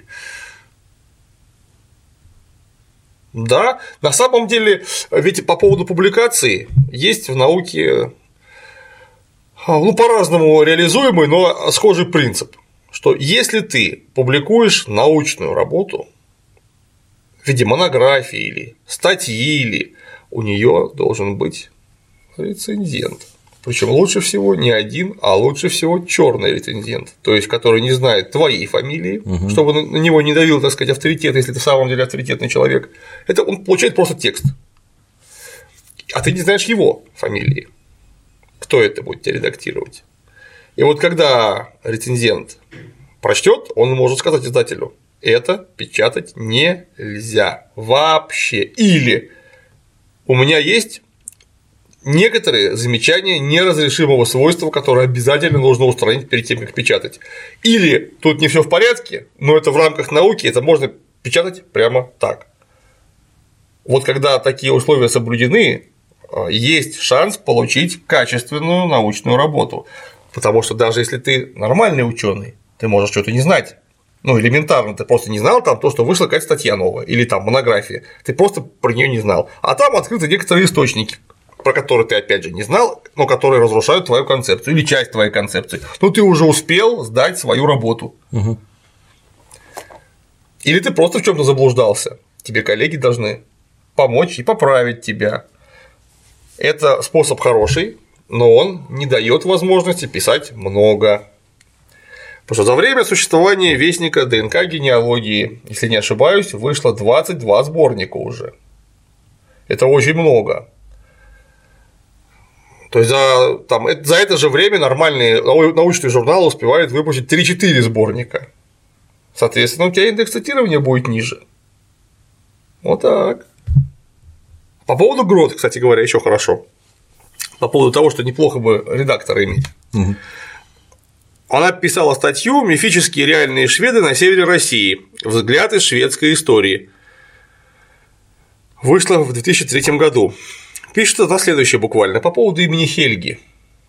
Да, на самом деле, ведь по поводу публикаций есть в науке по-разному реализуемый, но схожий принцип, что если ты публикуешь научную работу в виде монографии или статьи, или у нее должен быть рецензент. Причем лучше всего не один, а лучше всего черный рецензент, то есть который не знает твоей фамилии, чтобы на него не давил, так сказать, авторитет, если ты в самом деле авторитетный человек. Это он получает просто текст, а ты не знаешь его фамилии, кто это будет тебе редактировать. И вот когда рецензент прочтет, он может сказать издателю: это печатать нельзя вообще, или у меня есть некоторые замечания неразрешимого свойства, которые обязательно нужно устранить перед тем, как печатать. Или тут не все в порядке, но это в рамках науки, это можно печатать прямо так. Вот когда такие условия соблюдены, есть шанс получить качественную научную работу. Потому что даже если ты нормальный ученый, ты можешь что-то не знать. Ну, элементарно, ты просто не знал там то, что вышла какая-то статья новая, или там монография, ты просто про нее не знал. А там открыты некоторые источники, про которые ты опять же не знал, но которые разрушают твою концепцию или часть твоей концепции. Ну, ты уже успел сдать свою работу. Или ты просто в чем-то заблуждался. Тебе коллеги должны помочь и поправить тебя. Это способ хороший, но он не дает возможности писать много. Потому что за время существования Вестника ДНК генеалогии, если не ошибаюсь, вышло 22 сборника уже. Это очень много. То есть за это же время нормальные научные журналы успевают выпустить 3-4 сборника. Соответственно, у тебя индекс цитирования будет ниже. Вот так. По поводу ГРОТ, кстати говоря, еще хорошо. По поводу того, что неплохо бы редактора иметь. Она писала статью «Мифические реальные шведы на севере России. Взгляд из шведской истории». Вышла в 2003 году. Пишет она следующее буквально по поводу имени Хельги.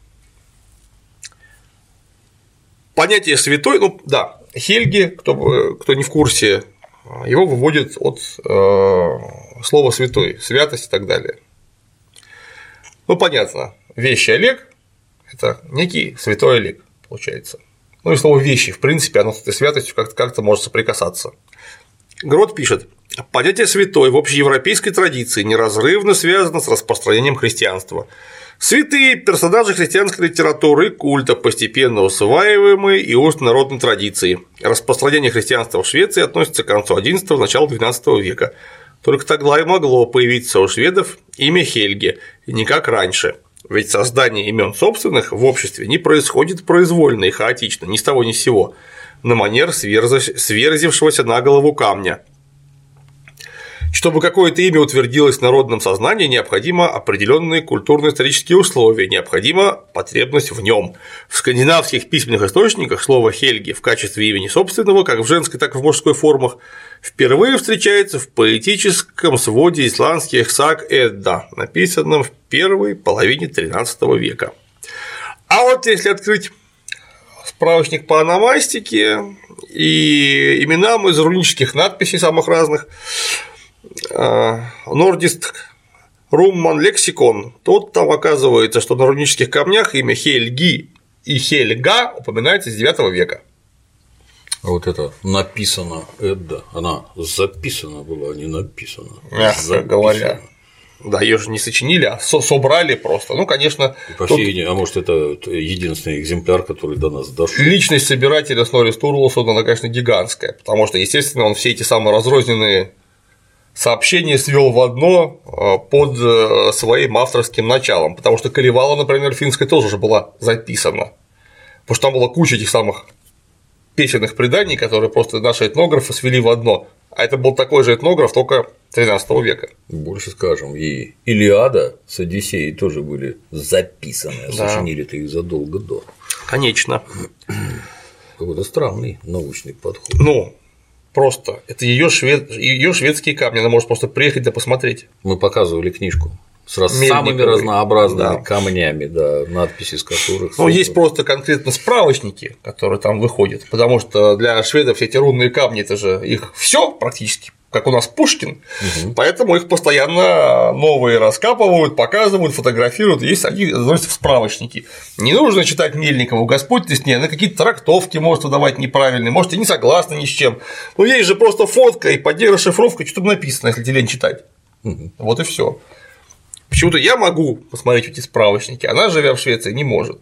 Понятие святой, ну да, Хельги, кто не в курсе, его выводит от слова святой, святость и так далее. Ну, понятно, вещи Олег – это некий святой Олег, получается. Ну и слово вещи, в принципе, оно с этой святостью как-то может соприкасаться. Грот пишет: понятие святой в общеевропейской традиции неразрывно связано с распространением христианства. Святые – персонажи христианской литературы и культа, постепенно усваиваемые и устно-народной традиции. Распространение христианства в Швеции относится к концу XI – началу XII века. Только тогда и могло появиться у шведов имя Хельги, и никак раньше. Ведь создание имен собственных в обществе не происходит произвольно и хаотично, ни с того ни с сего, на манер сверзившегося на голову камня. Чтобы какое-то имя утвердилось в народном сознании, необходимо определенные культурно-исторические условия, необходима потребность в нем. В скандинавских письменных источниках слово «Хельги» в качестве имени собственного, как в женской, так и в мужской формах, впервые встречается в поэтическом своде исландских саг Эдда, написанном в первой половине XIII века. А вот если открыть справочник по ономастике и именам из рунических надписей самых разных, Нордист Румман Лексикон, тут там оказывается, что на рунических камнях имя Хельги и Хельга упоминается с IX века. А вот это написано Эдда, она записана была, а не написана. Мягко говоря. Да, ее же не сочинили, а собрали просто. Ну, конечно. А может, это единственный экземпляр, который до нас дошел. Личность собирателя Снорри Стурлусона, она, конечно, гигантская, потому что, естественно, он все эти самые разрозненные сообщение свел в одно под своим авторским началом, потому что Калевала, например, финская тоже уже была записана, потому что там была куча этих самых песенных преданий, которые просто наши этнографы свели в одно, а это был такой же этнограф, только XIII века. Больше скажем, и Илиада с Одиссеей тоже были записаны, да. Сочинили-то их задолго до. Конечно. Какой-то странный научный подход. Ну, просто это ее шведские камни, она может просто приехать да посмотреть. Мы показывали книжку с самыми разнообразными камнями, да, надписи с которых. Ну, есть просто конкретно справочники, которые там выходят, потому что для шведов эти рунные камни это же их все практически, как у нас Пушкин, поэтому их постоянно новые раскапывают, показывают, фотографируют, есть они заносят в справочники. Не нужно читать Мельникову «Господь ты с ней», она какие-то трактовки может выдавать неправильные, может, и не согласна ни с чем. Но есть же просто фотка и под ней расшифровка, что там написано, если тебе лень читать. Вот и все. Почему-то я могу посмотреть эти справочники, она, живя в Швеции, не может.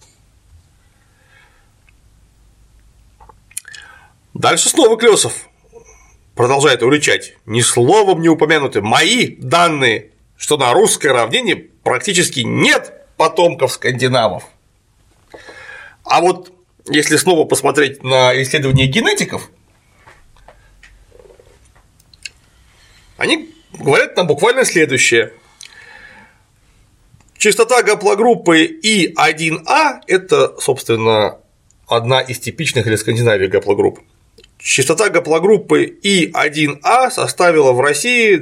Дальше снова Клёсов продолжает уличать: ни словом не упомянуты мои данные, что на русской равнине практически нет потомков скандинавов. А вот если снова посмотреть на исследования генетиков, они говорят нам буквально следующее. Частота гаплогруппы И1А – это, собственно, одна из типичных для Скандинавии гаплогрупп. Частота гаплогруппы И1А составила в России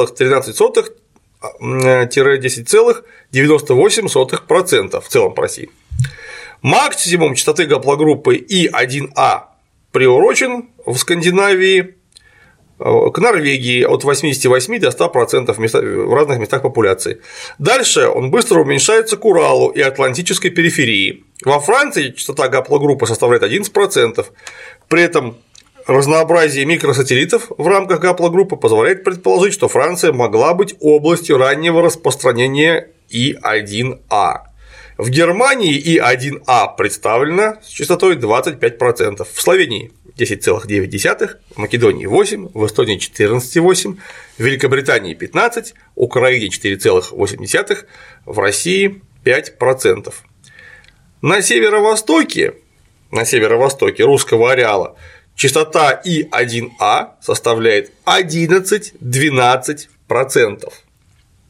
2,13–10,98% в целом по России. Максимум частоты гаплогруппы И1А приурочен в Скандинавии к Норвегии от 88 до 100% в разных местах популяции. Дальше он быстро уменьшается к Уралу и Атлантической периферии. Во Франции частота гаплогруппы составляет 11%. При этом разнообразие микросателлитов в рамках гаплогруппы позволяет предположить, что Франция могла быть областью раннего распространения И1А. В Германии И1А представлена с частотой 25%, в Словении 10,9, в Македонии 8, в Эстонии 14,8, в Великобритании 15, в Украине 4,8, в России 5%. На северо-востоке русского ареала частота И1А составляет 11–12%.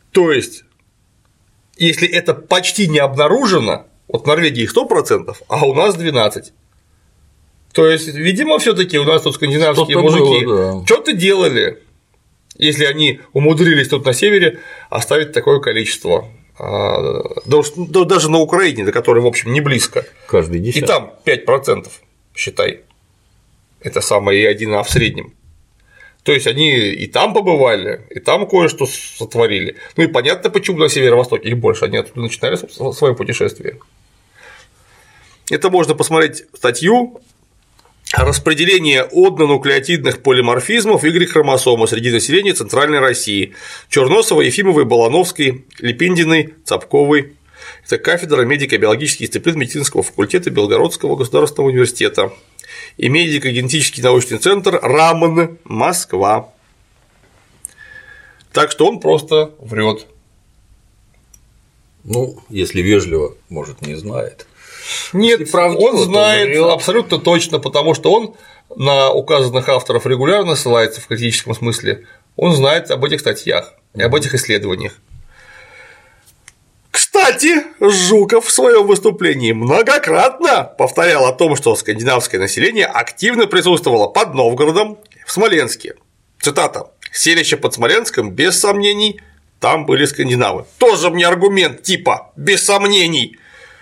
То есть, если это почти не обнаружено, вот в Норвегии 100%, а у нас 12%. То есть, видимо, все-таки у нас тут скандинавские мужики что-то делали, если они умудрились тут на севере оставить такое количество. Даже на Украине, до которой, в общем, не близко. Каждый 10. И там 5%, считай. Это самое и 1, а в среднем. То есть они и там побывали, и там кое-что сотворили. Ну и понятно, почему на северо-востоке их больше, они оттуда начинали свое путешествие. Это можно посмотреть статью «Распределение однонуклеотидных полиморфизмов Y-хромосомы среди населения Центральной России» Черносовой, Ефимовой, Балановской, Лепиндиной, Цапковой. Это кафедра медико-биологических дисциплин медицинского факультета Белгородского государственного университета и медико-генетический научный центр РАМН, Москва. Так что он просто врет. Ну, если вежливо, может, не знает. Нет, он знает абсолютно точно, потому что он на указанных авторов регулярно ссылается в критическом смысле. Он знает об этих статьях и об этих исследованиях. Кстати, Жуков в своем выступлении многократно повторял о том, что скандинавское население активно присутствовало под Новгородом, в Смоленске. Цитата: «Селище под Смоленском, без сомнений, там были скандинавы». Тоже мне аргумент типа «без сомнений».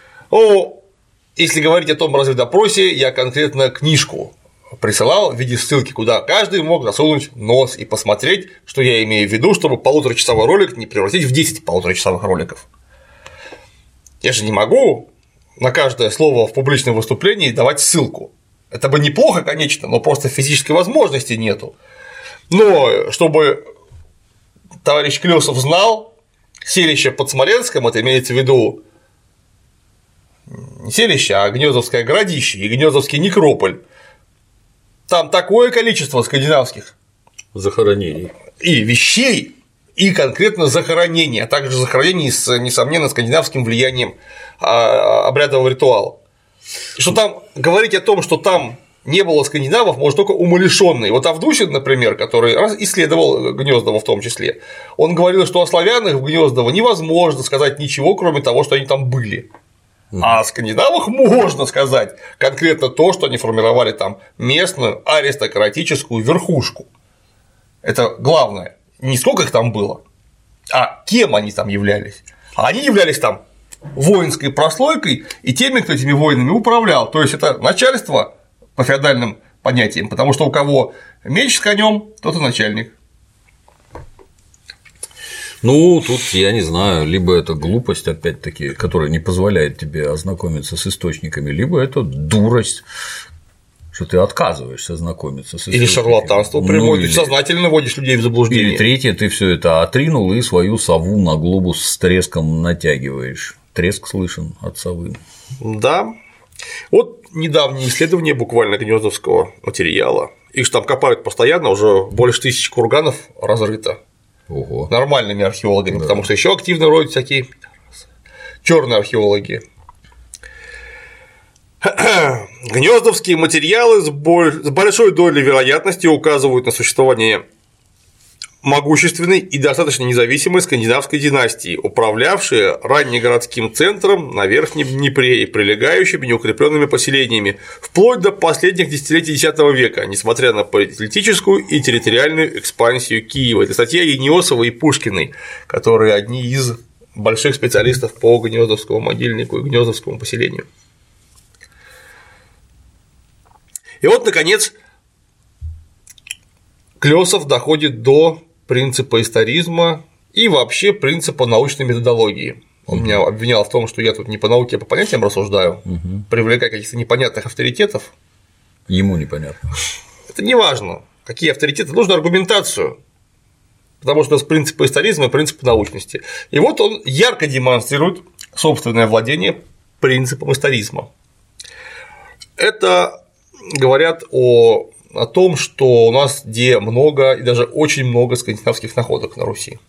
Если говорить о том разведопросе, я конкретно книжку присылал в виде ссылки, куда каждый мог засунуть нос и посмотреть, что я имею в виду, чтобы полуторачасовой ролик не превратить в 10 полуторачасовых роликов. Я же не могу на каждое слово в публичном выступлении давать ссылку. Это бы неплохо, конечно, но просто физической возможности нету. Но чтобы товарищ Клёсов знал, селище под Смоленском, это имеется в виду не селище, а Гнёздовское городище и Гнёздовский некрополь. Там такое количество скандинавских захоронений и вещей, и конкретно захоронений, а также захоронений с, несомненно, скандинавским влиянием обрядового ритуала. Что там говорить о том, что там не было скандинавов, может только умалишённый. Вот Авдусин, например, который исследовал Гнёздово в том числе, он говорил, что о славянах в Гнёздово невозможно сказать ничего, кроме того, что они там были. А о скандинавах можно сказать конкретно то, что они формировали там местную аристократическую верхушку. Это главное. Не сколько их там было, а кем они там являлись. А они являлись там воинской прослойкой и теми, кто этими воинами управлял. То есть это начальство по феодальным понятиям, потому что у кого меч с конем, тот и начальник. Ну, тут я не знаю, либо это глупость, опять-таки, которая не позволяет тебе ознакомиться с источниками, либо это дурость, что ты отказываешься знакомиться с источниками. Или шарлатанство прямое, ты сознательно вводишь людей в заблуждение. Или третье, ты все это отринул и свою сову на глобус с треском натягиваешь. Треск слышен от совы. Да. Вот недавние исследования буквально гнёздовского материала. Их же там копают постоянно, уже больше 1000 курганов разрыто. Ого. Нормальными археологами, да. Потому что еще активно роют всякие черные археологи. Гнёздовские материалы с большой долей вероятности указывают на существование могущественной и достаточно независимой скандинавской династии, управлявшей раннегородским центром на Верхнем Днепре и прилегающими неукрепленными поселениями вплоть до последних десятилетий X века, несмотря на политическую и территориальную экспансию Киева. Это статья Ениосова и Пушкиной, которые одни из больших специалистов по Гнёздовскому могильнику и Гнёздовскому поселению. И вот, наконец, Клёсов доходит до принципа историзма и вообще принципа научной методологии. Он меня обвинял в том, что я тут не по науке, а по понятиям рассуждаю, привлекая каких-то непонятных авторитетов. Ему непонятно. Это не важно, какие авторитеты, нужно аргументацию, потому что у нас принципы историзма и принципы научности. И вот он ярко демонстрирует собственное владение принципом историзма. Это говорят о том, что у нас где много и даже очень много скандинавских находок на Руси.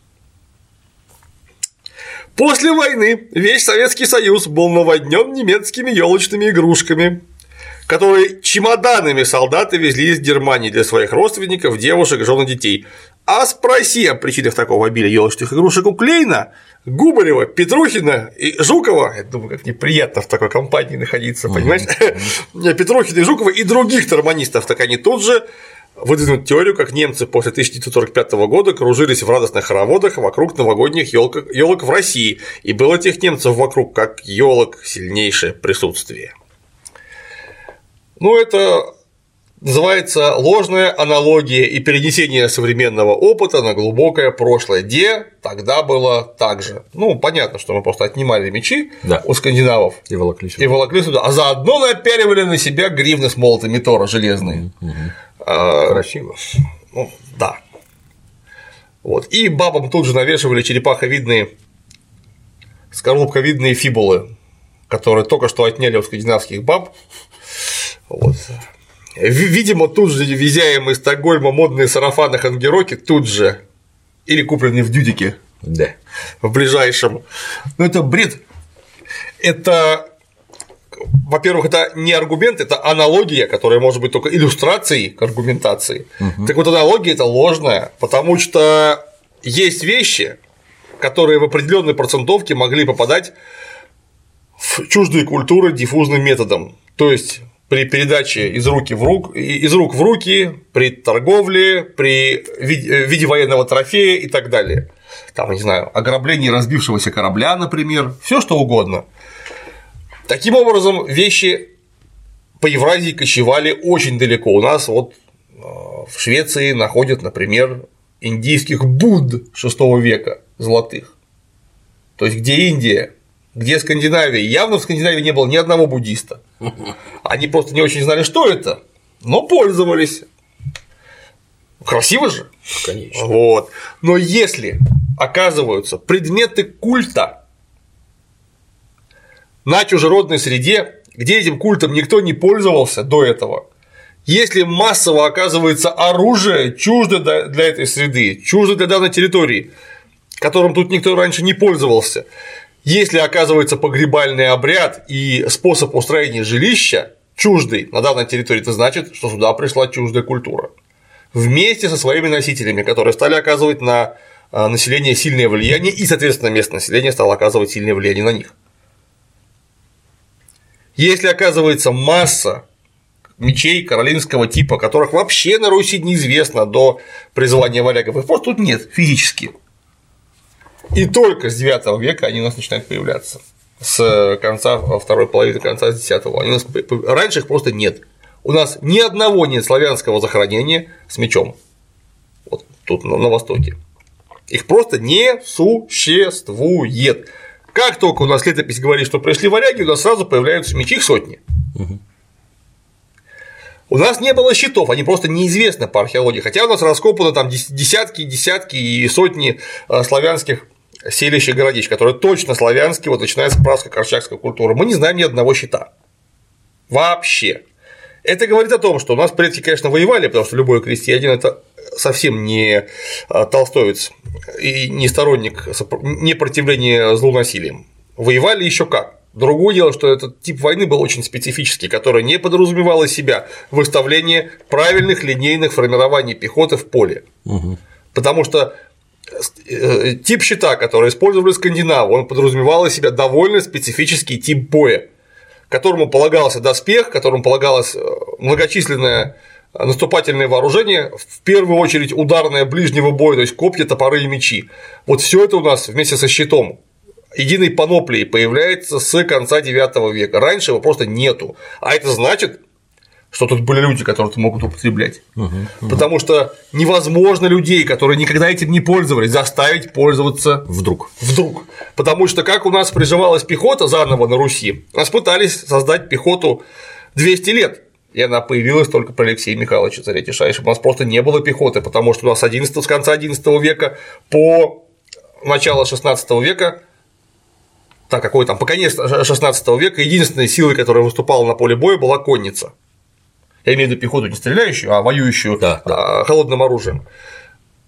После войны весь Советский Союз был наводнен немецкими ёлочными игрушками. которые чемоданами солдаты везли из Германии для своих родственников, девушек, жен и детей. А спроси о причинах такого обилия ёлочных игрушек у Клейна, Губарева, Петрухина и Жукова, я думаю, как неприятно в такой компании находиться, понимаешь, Петрухина и Жукова и других тормонистов, так они тут же выдвинут теорию, как немцы после 1945 года кружились в радостных хороводах вокруг новогодних ёлок в России, и было тех немцев вокруг, как ёлок, сильнейшее присутствие. Ну, это называется ложная аналогия и перенесение современного опыта на глубокое прошлое, где тогда было так же. Ну, понятно, что мы просто отнимали мечи у скандинавов и волокли сюда, а заодно напяливали на себя гривны с молотами Тора железные. Красиво. Ну, да. Вот. И бабам тут же навешивали черепаховидные, скорлупковидные фибулы, которые только что отняли у скандинавских баб. Вот. Видимо, тут же везяемые из Стокгольма модные сарафаны хангероки тут же или купленные в дюдике в ближайшем. Ну, это бред. Это, во-первых, это не аргумент, это аналогия, которая может быть только иллюстрацией к аргументации. Так вот, аналогия – это ложная, потому что есть вещи, которые в определенной процентовке могли попадать в чуждые культуры диффузным методом. То есть при передаче из рук в руки, при торговле, при виде военного трофея и так далее. Там, не знаю, ограбление разбившегося корабля, например, все что угодно. Таким образом, вещи по Евразии кочевали очень далеко. У нас вот в Швеции находят, например, индийских Будд VI века золотых. То есть, где Индия? Где Скандинавия? Явно в Скандинавии не было ни одного буддиста. Они просто не очень знали, что это, но пользовались. Красиво же? Конечно. Вот. Но если оказываются предметы культа на чужеродной среде, где этим культом никто не пользовался до этого, если массово оказывается оружие чуждо для этой среды, чуждо для данной территории, которым тут никто раньше не пользовался, если оказывается погребальный обряд и способ устроения жилища чуждый на данной территории, это значит, что сюда пришла чуждая культура. Вместе со своими носителями, которые стали оказывать на население сильное влияние, и, соответственно, местное население стало оказывать сильное влияние на них. Если оказывается масса мечей каролинского типа, которых вообще на Руси неизвестно до призывания варягов, их просто тут нет физически. И только с 9 века они у нас начинают появляться. С конца второй половины, конца 10-го. Раньше их просто нет. У нас ни одного нет славянского захоронения с мечом. Вот тут на Востоке. Их просто не существует. Как только у нас летопись говорит, что пришли варяги, у нас сразу появляются мечи, их сотни. У нас не было щитов, они просто неизвестны по археологии, хотя у нас раскопаны там десятки и сотни славянских селищ и городищ, которые точно славянские, вот начиная с празко-корчагской культуры. Мы не знаем ни одного щита. Вообще. Это говорит о том, что у нас предки, конечно, воевали, потому что любой крестьянин – это совсем не толстовец и не сторонник непротивления злу насилием. Воевали еще как. Другое дело, что этот тип войны был очень специфический, который не подразумевал из себя выставление правильных линейных формирований пехоты в поле. Потому что тип щита, который использовали скандинавы, он подразумевал из себя довольно специфический тип боя, которому полагался доспех, которому полагалось многочисленное наступательное вооружение, в первую очередь ударное ближнего боя, то есть копья, топоры и мечи. Вот все это у нас вместе со щитом единой паноплии появляется с конца 9 века. Раньше его просто нету. А это значит, что тут были люди, которые это могут употреблять. Потому что невозможно людей, которые никогда этим не пользовались, заставить пользоваться вдруг. Потому что как у нас приживалась пехота заново на Руси, нас пытались создать пехоту 200 лет. И она появилась только при Алексее Михайловиче Царе-Тишайшем. У нас просто не было пехоты, потому что у нас с конца 11 века по начало 16 века, по конец 16 века единственной силой, которая выступала на поле боя, была конница. Я имею в виду пехоту не стреляющую, а воюющую холодным оружием.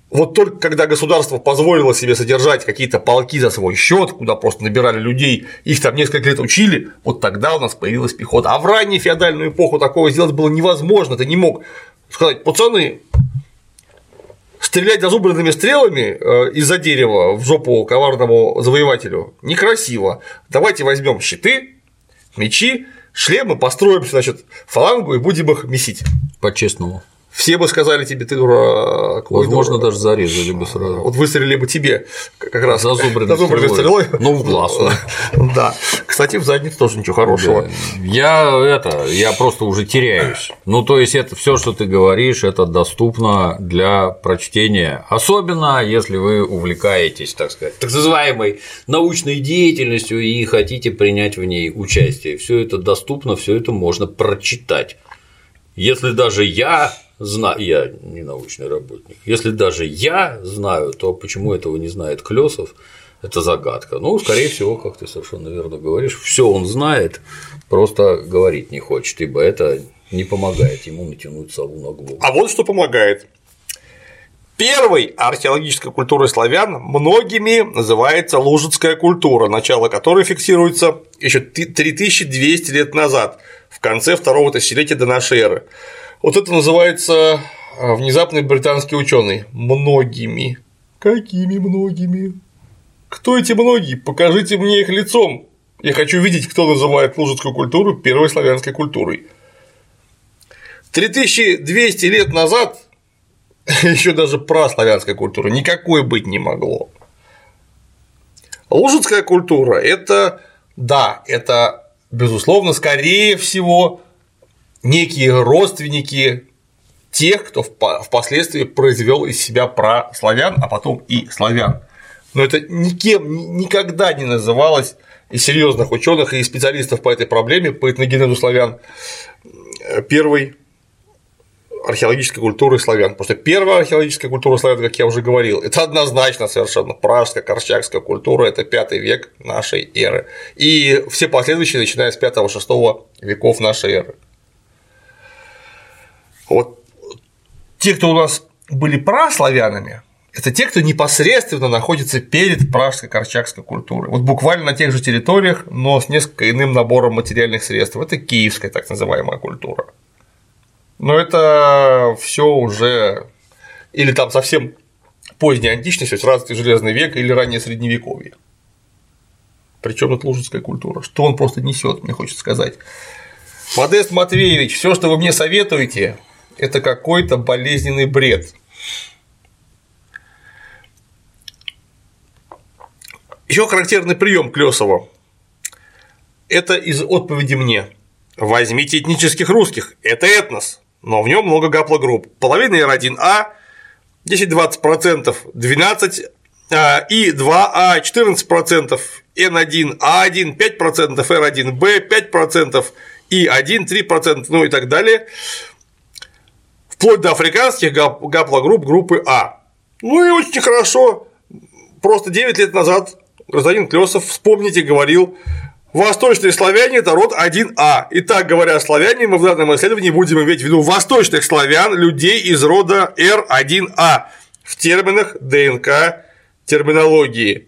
Вот только когда государство позволило себе содержать какие-то полки за свой счет, куда просто набирали людей, их там несколько лет учили, вот тогда у нас появилась пехота. А в раннюю феодальную эпоху такого сделать было невозможно, ты не мог сказать: пацаны, стрелять зазубренными стрелами из-за дерева в жопу коварному завоевателю некрасиво. Давайте возьмем щиты, мечи, шлемы, построим, значит, фалангу и будем их месить. По-честному. Все бы сказали тебе: ты дурак. Возможно, даже зарезали бы сразу. Вот выстрелили бы тебе как раз зазубренной стрелой. Ну, в глаз. Да. Кстати, в задницу тоже ничего хорошего. Я просто уже теряюсь. Ну, то есть, это все, что ты говоришь, это доступно для прочтения. Особенно, если вы увлекаетесь, так сказать, так называемой научной деятельностью и хотите принять в ней участие. Все это доступно, все это можно прочитать. Если даже я не научный работник, если даже я знаю, то почему этого не знает Клёсов, это загадка. Ну, скорее всего, как ты совершенно верно говоришь, все он знает, просто говорить не хочет, ибо это не помогает ему натянуть сову на голову. А вот что помогает. Первой археологической культурой славян многими называется лужицкая культура, начало которой фиксируется еще 3200 лет назад, в конце второго тысячелетия до нашей эры. Вот это называется внезапный британский ученый. Многими. Какими многими? Кто эти многие? Покажите мне их лицом. Я хочу видеть, кто называет лужицкую культуру первой славянской культурой. 3200 лет назад еще даже праславянской культуры никакой быть не могло. Лужицкая культура – это, да, это, безусловно, скорее всего, некие родственники тех, кто впоследствии произвел из себя праславян, а потом и славян. Но это никем никогда не называлось из серьезных ученых и специалистов по этой проблеме, по этногенезу славян, первой археологической культуры славян. Потому что первая археологическая культура славян, как я уже говорил, это однозначно совершенно пражская, корчагская культура, это 5 век нашей эры. И все последующие, начиная с 5-6 веков нашей эры. Вот те, кто у нас были праславянами, это те, кто непосредственно находится перед пражской корчагской культурой. Вот буквально на тех же территориях, но с несколько иным набором материальных средств. Это киевская так называемая культура. Но это все уже или там совсем поздняя античность, то есть развитый железный век, или раннее средневековье. Причем тут лужицкая культура. Что он просто несет, мне хочется сказать. Модест Матвеевич, все, что вы мне советуете, это какой-то болезненный бред. Еще характерный прием Клёсова – это из отповеди мне. Возьмите этнических русских, это этнос, но в нем много гаплогрупп. Половина R1A, 10-20%, 12 и 2А, 14%, N1A1, 5%, R1B, 5%, И1, 3%, ну и так далее, вплоть до африканских гаплогрупп группы А. Ну и очень хорошо, просто 9 лет назад гражданин Клёсов, вспомните, говорил: восточные славяне – это род 1А. Итак, говоря о славяне, мы в данном исследовании будем иметь в виду восточных славян, людей из рода R1А в терминах ДНК терминологии.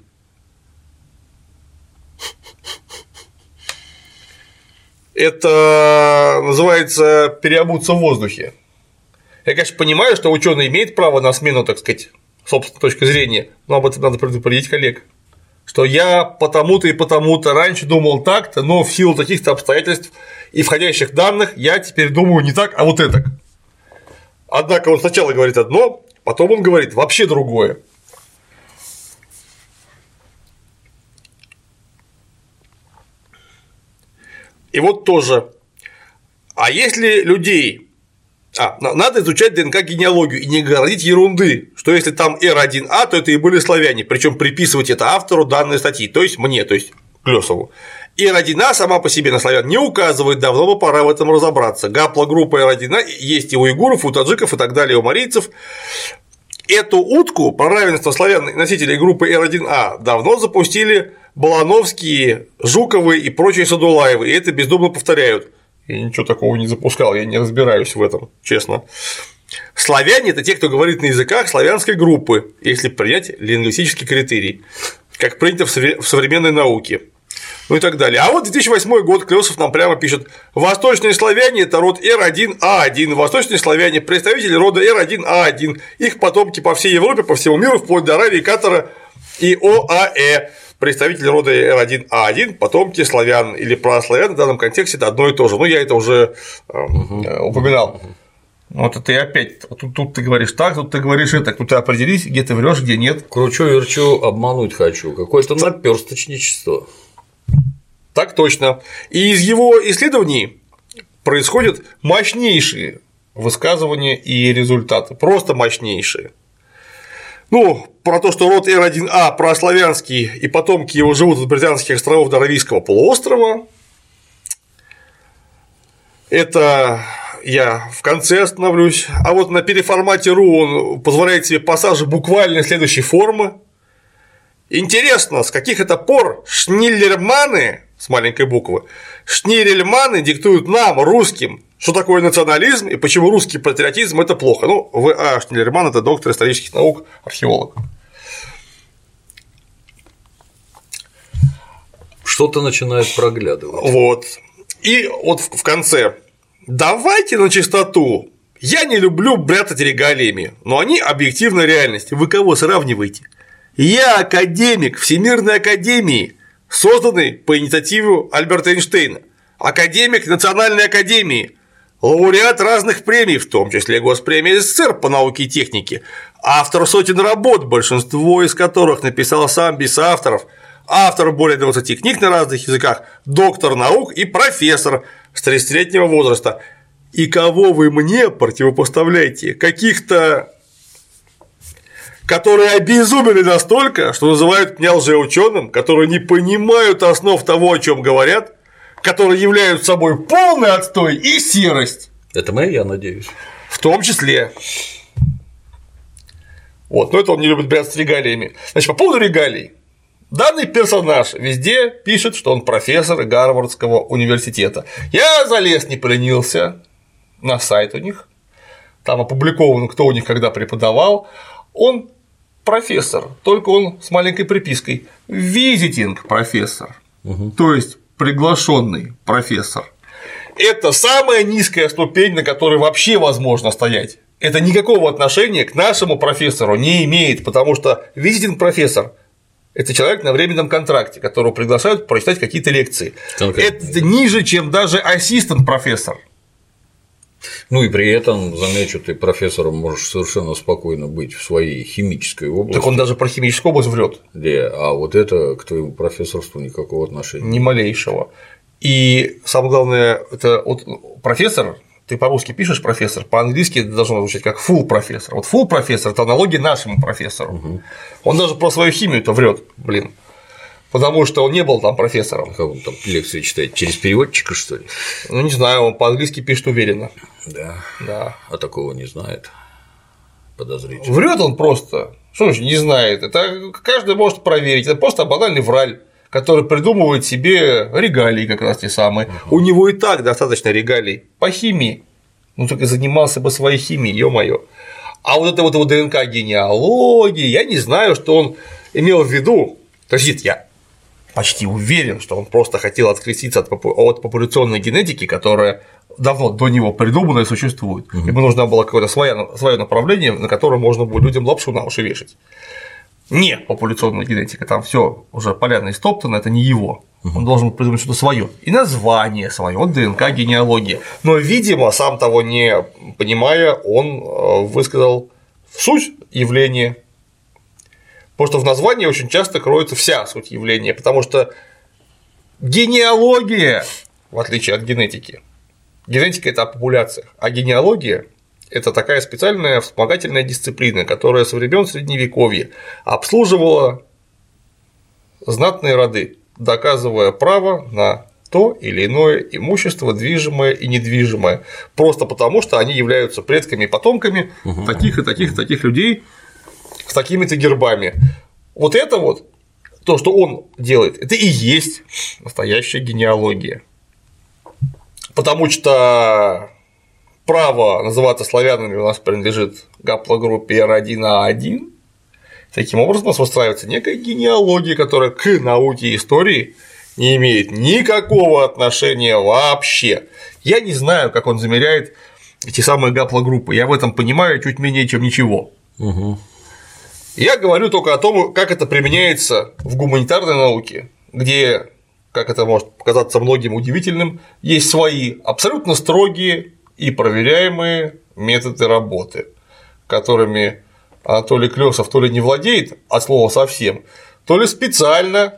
Это называется переобуться в воздухе. Я, конечно, понимаю, что ученый имеет право на смену, так сказать, собственной точки зрения, но об этом надо предупредить коллег. Что я потому-то и потому-то раньше думал так-то, но в силу таких-то обстоятельств и входящих данных я теперь думаю не так, а вот это. Однако он сначала говорит одно, потом он говорит вообще другое. И вот тоже. А если людей. Надо изучать ДНК-генеалогию и не говорить ерунды, что если там R1A, то это и были славяне, причем приписывать это автору данной статьи, то есть мне, то есть Клёсову. R1A сама по себе на славян не указывает, давно бы пора в этом разобраться. Гаплогруппа R1A есть и у уйгуров, у таджиков и так далее, у марийцев. Эту утку про равенство славян носителей группы R1A давно запустили Балановские, Жуковы и прочие Садулаевы, и это бездумно повторяют. Я ничего такого не запускал, я не разбираюсь в этом, честно. Славяне – это те, кто говорит на языках славянской группы, если принять лингвистический критерий, как принято в современной науке. Ну и так далее. А вот 2008 год, Клёсов нам прямо пишет: восточные славяне – это род R1A1, восточные славяне – представители рода R1A1, их потомки по всей Европе, по всему миру, вплоть до Аравии, Катара и ОАЭ. Представители рода R1A1, потомки славян или праславян в данном контексте – это одно и то же. Ну, я это уже упоминал. Вот это и опять, тут ты говоришь так, тут ты говоришь это, тут ты определись, где ты врешь, где нет. Кручу-верчу, обмануть хочу. Какое-то наперсточничество. Так точно. И из его исследований происходят мощнейшие высказывания и результаты, просто мощнейшие. Ну, про то, что род R1A прославянский и потомки его живут от британских островов до Аравийского полуострова, это я в конце остановлюсь. А вот на переформате.ру он позволяет себе пассажи буквально следующей формы. Интересно, с каких это пор шниллерманы, с маленькой буквы, шнирельманы диктуют нам, русским, что такое национализм и почему русский патриотизм – это плохо. Ну, В.А. Шниллерман – это доктор исторических наук, археолог. Что-то начинает проглядывать. Вот. И вот в конце. Давайте на чистоту. Я не люблю брятать регалиями, но они объективная реальность. Вы кого сравниваете? Я академик Всемирной академии, созданный по инициативе Альберта Эйнштейна, академик Национальной академии, лауреат разных премий, в том числе Госпремия СССР по науке и технике, автор сотен работ, большинство из которых написал сам без авторов, автор более 20 книг на разных языках, доктор наук и профессор с 30-летнего возраста. И кого вы мне противопоставляете? Каких-то, которые обезумели настолько, что называют меня лжеученым, которые не понимают основ того, о чем говорят, которые являются собой полный отстой и серость. Это мы, я надеюсь. В том числе. Вот, но это он не любит бряться регалиями. Значит, по поводу регалий. Данный персонаж везде пишет, что он профессор Гарвардского университета. Я залез, не поленился на сайт у них, там опубликовано, кто у них когда преподавал. Он профессор, только он с маленькой припиской «визитинг профессор», то есть приглашенный профессор. Это самая низкая ступень, на которой вообще возможно стоять. Это никакого отношения к нашему профессору не имеет, потому что визитинг профессор – это человек на временном контракте, которого приглашают прочитать какие-то лекции. Это ниже, чем даже ассистент профессор. Ну и при этом, замечу, ты профессором можешь совершенно спокойно быть в своей химической области. Так он даже про химическую область врет. Да, а вот это к твоему профессорству никакого отношения. Ни малейшего. И самое главное, это вот профессор, ты по-русски пишешь профессор, по-английски это должно звучать как full профессор. Вот full профессор – это аналогия нашему профессору. Он даже про свою химию-то врет, блин. Потому что он не был там профессором. Как он там лекции читает? Через переводчика, что ли? Ну, не знаю, он по-английски пишет уверенно. Да. Да. А такого не знает. Подозрительно. Врет он просто. Что значит не знает? Это каждый может проверить. Это просто банальный враль, который придумывает себе регалии, как раз те самые. У него и так достаточно регалий по химии. Ну, только занимался бы своей химией, ё-моё. А вот это вот его ДНК генеалогии, я не знаю, что он имел в виду. То есть я почти уверен, что он просто хотел откреститься от популяционной генетики, которая давно до него придумана и существует. Ему нужно было какое-то свое направление, на которое можно будет людям лапшу на уши вешать. Не популяционная генетика, там все уже поляно истоптано, это не его. Он должен придумать что-то свое. И название свое, вот ДНК генеалогия. Но, видимо, сам того не понимая, он высказал суть явления. Потому что в названии очень часто кроется вся суть явления, потому что генеалогия, в отличие от генетики, генетика – это о популяциях, а генеалогия – это такая специальная вспомогательная дисциплина, которая со времен Средневековья обслуживала знатные роды, доказывая право на то или иное имущество, движимое и недвижимое, просто потому, что они являются предками и потомками таких и таких и таких людей с такими-то гербами. Вот это вот, то, что он делает, это и есть настоящая генеалогия. Потому что право называться славянами у нас принадлежит гаплогруппе R1A1. Таким образом, у нас выстраивается некая генеалогия, которая к науке истории не имеет никакого отношения вообще. Я не знаю, как он замеряет эти самые гаплогруппы. Я в этом понимаю чуть менее, чем ничего. Угу. Я говорю только о том, как это применяется в гуманитарной науке, где, как это может показаться многим удивительным, есть свои абсолютно строгие и проверяемые методы работы, которыми Анатолий Клёсов то ли не владеет от слова совсем, то ли специально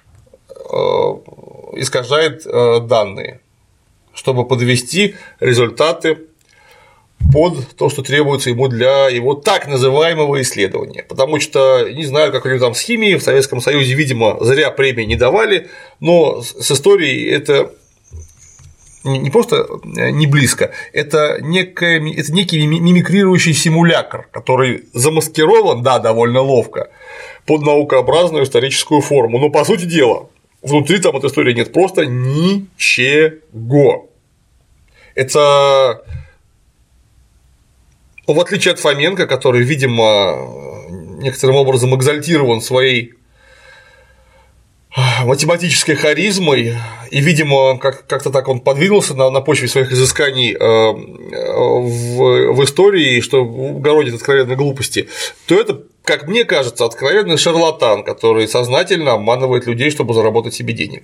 искажает данные, чтобы подвести результаты под то, что требуется ему для его так называемого исследования. Потому что, не знаю, как у него там с химией, в Советском Союзе, видимо, зря премии не давали, но с историей это не просто не близко, это некий мимикрирующий симулятор, который замаскирован, да, довольно ловко, под наукообразную историческую форму. Но, по сути дела, внутри там этой истории нет просто ничего. Это, в отличие от Фоменко, который, видимо, некоторым образом экзальтирован своей математической харизмой, и, видимо, как-то так он подвинулся на почве своих изысканий в истории, что городит откровенной глупости, то это, как мне кажется, откровенный шарлатан, который сознательно обманывает людей, чтобы заработать себе денег.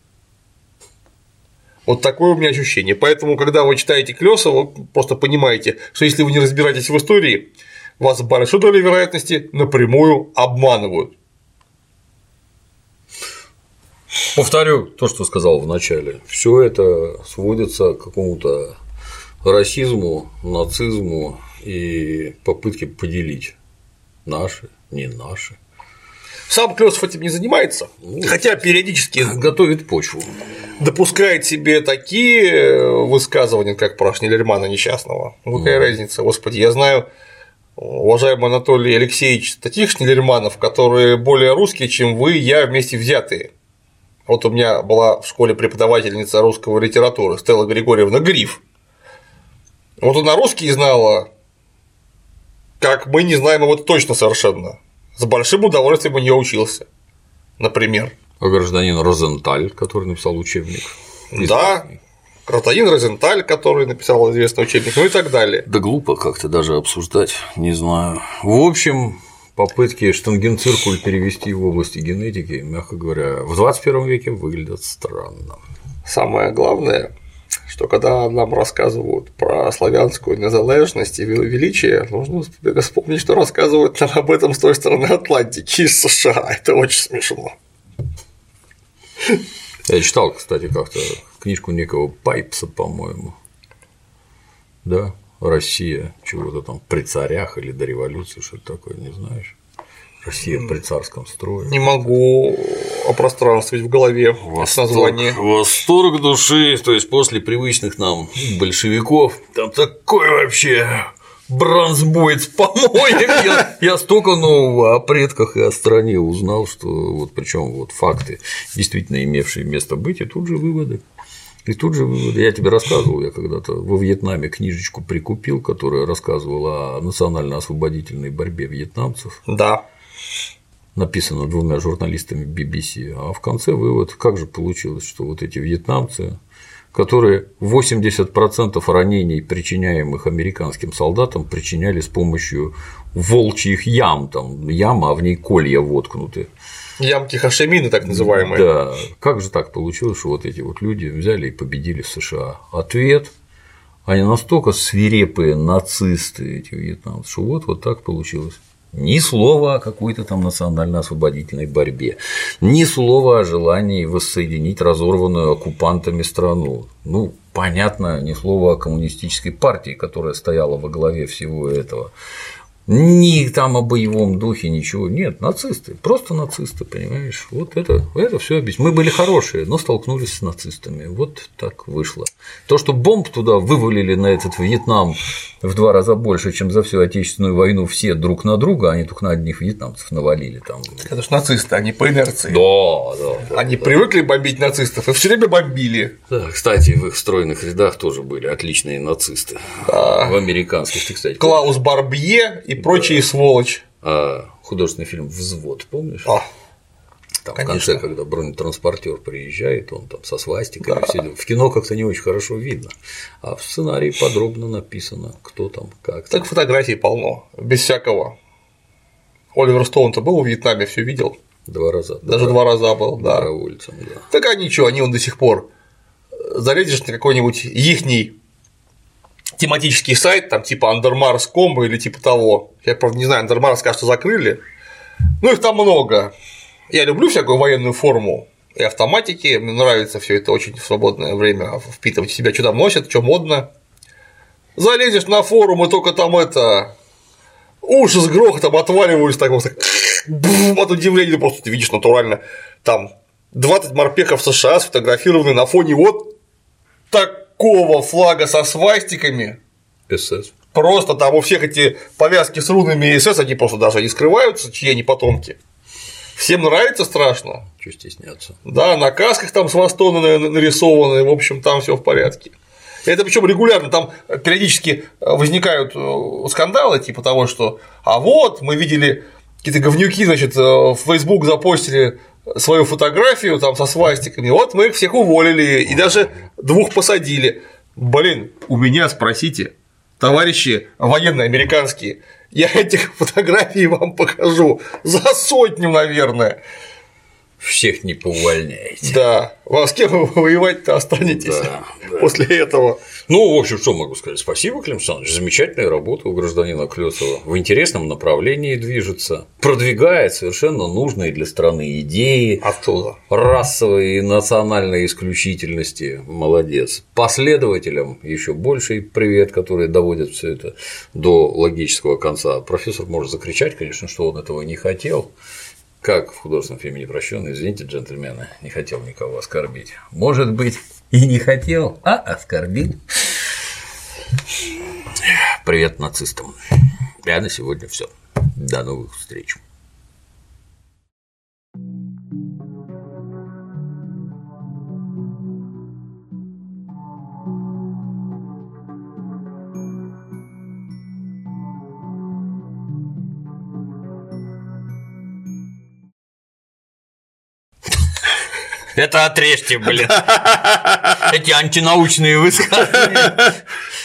Вот такое у меня ощущение. Поэтому, когда вы читаете Клёсова, вы просто понимаете, что если вы не разбираетесь в истории, вас с большой долей вероятности напрямую обманывают. Повторю то, что сказал в начале. Все это сводится к какому-то расизму, нацизму и попытке поделить наши, не наши. Сам Клёсов этим не занимается, хотя периодически готовит почву. Допускает себе такие высказывания, как про Шнеллермана несчастного. Какая разница, господи, я знаю, уважаемый Анатолий Алексеевич, таких Шнеллерманов, которые более русские, чем вы, я вместе взятые. Вот у меня была в школе преподавательница русского литературы Стелла Григорьевна Гриф. Вот она русский знала, как мы не знаем его точно совершенно. С большим удовольствием у нее учился, например. А гражданин Розенталь, который написал учебник. Да, гражданин Розенталь, который написал известный учебник, ну и так далее. Да глупо как-то даже обсуждать, не знаю. В общем, попытки штангенциркуль перевести в области генетики, мягко говоря, в 21 веке выглядят странно. Самое главное, что когда нам рассказывают про славянскую незалежность и величие, нужно вспомнить, что рассказывают нам об этом с той стороны Атлантики, из США. Это очень смешно. Я читал, кстати, как-то книжку некого Пайпса, по-моему. Да, Россия, чего-то там при царях или до революции, что-то такое, не знаешь? Россия при царском строе. Не могу опространствовать в голове название. Восторг души, то есть после привычных нам большевиков, там такой вообще бронзбойт с помоем. Я столько нового о предках и о стране узнал, что вот причем вот факты, действительно имевшие место быть, и тут же выводы. Я тебе рассказывал, я когда-то во Вьетнаме книжечку прикупил, которая рассказывала о национально-освободительной борьбе вьетнамцев. Да. Написано 2 журналистами BBC. А в конце вывод, как же получилось, что вот эти вьетнамцы, которые 80% ранений, причиняемых американским солдатам, причиняли с помощью волчьих ям, там яма, а в ней колья воткнуты. Ямки Хошимина, так называемые. Да, как же так получилось, что вот эти вот люди взяли и победили США? Ответ: они настолько свирепые нацисты, эти вьетнамцы, что вот так получилось. Ни слова о какой-то там национально-освободительной борьбе, ни слова о желании воссоединить разорванную оккупантами страну. Ну, понятно, ни слова о коммунистической партии, которая стояла во главе всего этого. Ни там о боевом духе, ничего. Нет, нацисты, просто нацисты, понимаешь? Вот это все объясняет. Мы были хорошие, но столкнулись с нацистами. Вот так вышло. То, что бомб туда вывалили на этот Вьетнам в 2 раза больше, чем за всю Отечественную войну все друг на друга, они только на одних вьетнамцев навалили там. Это ж нацисты, они по инерции. Да. Они привыкли бомбить нацистов и все время бомбили. Да, кстати, в их стройных рядах тоже были отличные нацисты. Да. В американских, ты, кстати. Клаус Барбье и прочие сволочь. Художественный фильм «Взвод», помнишь? Там конечно. в конце, когда бронетранспортер приезжает, он там со свастиками, да. Все. В кино как-то не очень хорошо видно, а в сценарии подробно написано, кто там, как. Так фотографий полно, без всякого. Оливер Стоун-то был в Вьетнаме, все видел. 2 раза. Даже 2 раза был, да. Добровольцем, да. Так а ничего, они до сих пор. Залезешь на какой-нибудь ихний тематический сайт, там типа Undermars.com или типа того. Я, правда, не знаю, Undermars, кажется, закрыли. Ну, их там много. Я люблю всякую военную форму и автоматики, мне нравится все это очень в свободное время впитывать в себя, что там носят, что модно. Залезешь на форум, и только там уши с грохотом отваливаются, так вот от удивления, просто ты видишь натурально там 20 морпехов США сфотографированы на фоне вот такого флага со свастиками. СС. Просто там у всех эти повязки с рунами СС, они просто даже не скрываются, чьи они потомки. Всем нравится страшно. Чего стесняться. Да, на касках там свастоны нарисованы, в общем, там все в порядке. Это причем регулярно, там периодически возникают скандалы, типа того, что а вот мы видели какие-то говнюки, значит, в Facebook запостили свою фотографию там со свастиками, вот мы их всех уволили и даже 2 посадили. Блин, у меня спросите, товарищи военные американские, я этих фотографий вам покажу за 100, наверное. Всех не поувольняете. Да. С кем вы воевать-то останетесь после этого? Ну, в общем, что могу сказать? Спасибо, Клим Александрович. Замечательная работа у гражданина Клёсова. В интересном направлении движется. Продвигает совершенно нужные для страны идеи. Оттуда. Расовой и национальной исключительности. Молодец. Последователям еще больший привет, которые доводят все это до логического конца. Профессор может закричать, конечно, что он этого не хотел. Как в художественном фильме «Непрощенный», извините, джентльмены, не хотел никого оскорбить. Может быть, и не хотел, а оскорбил. Привет нацистам. Я на сегодня все. До новых встреч. Это отрежьте, блин. Эти антинаучные высказывания.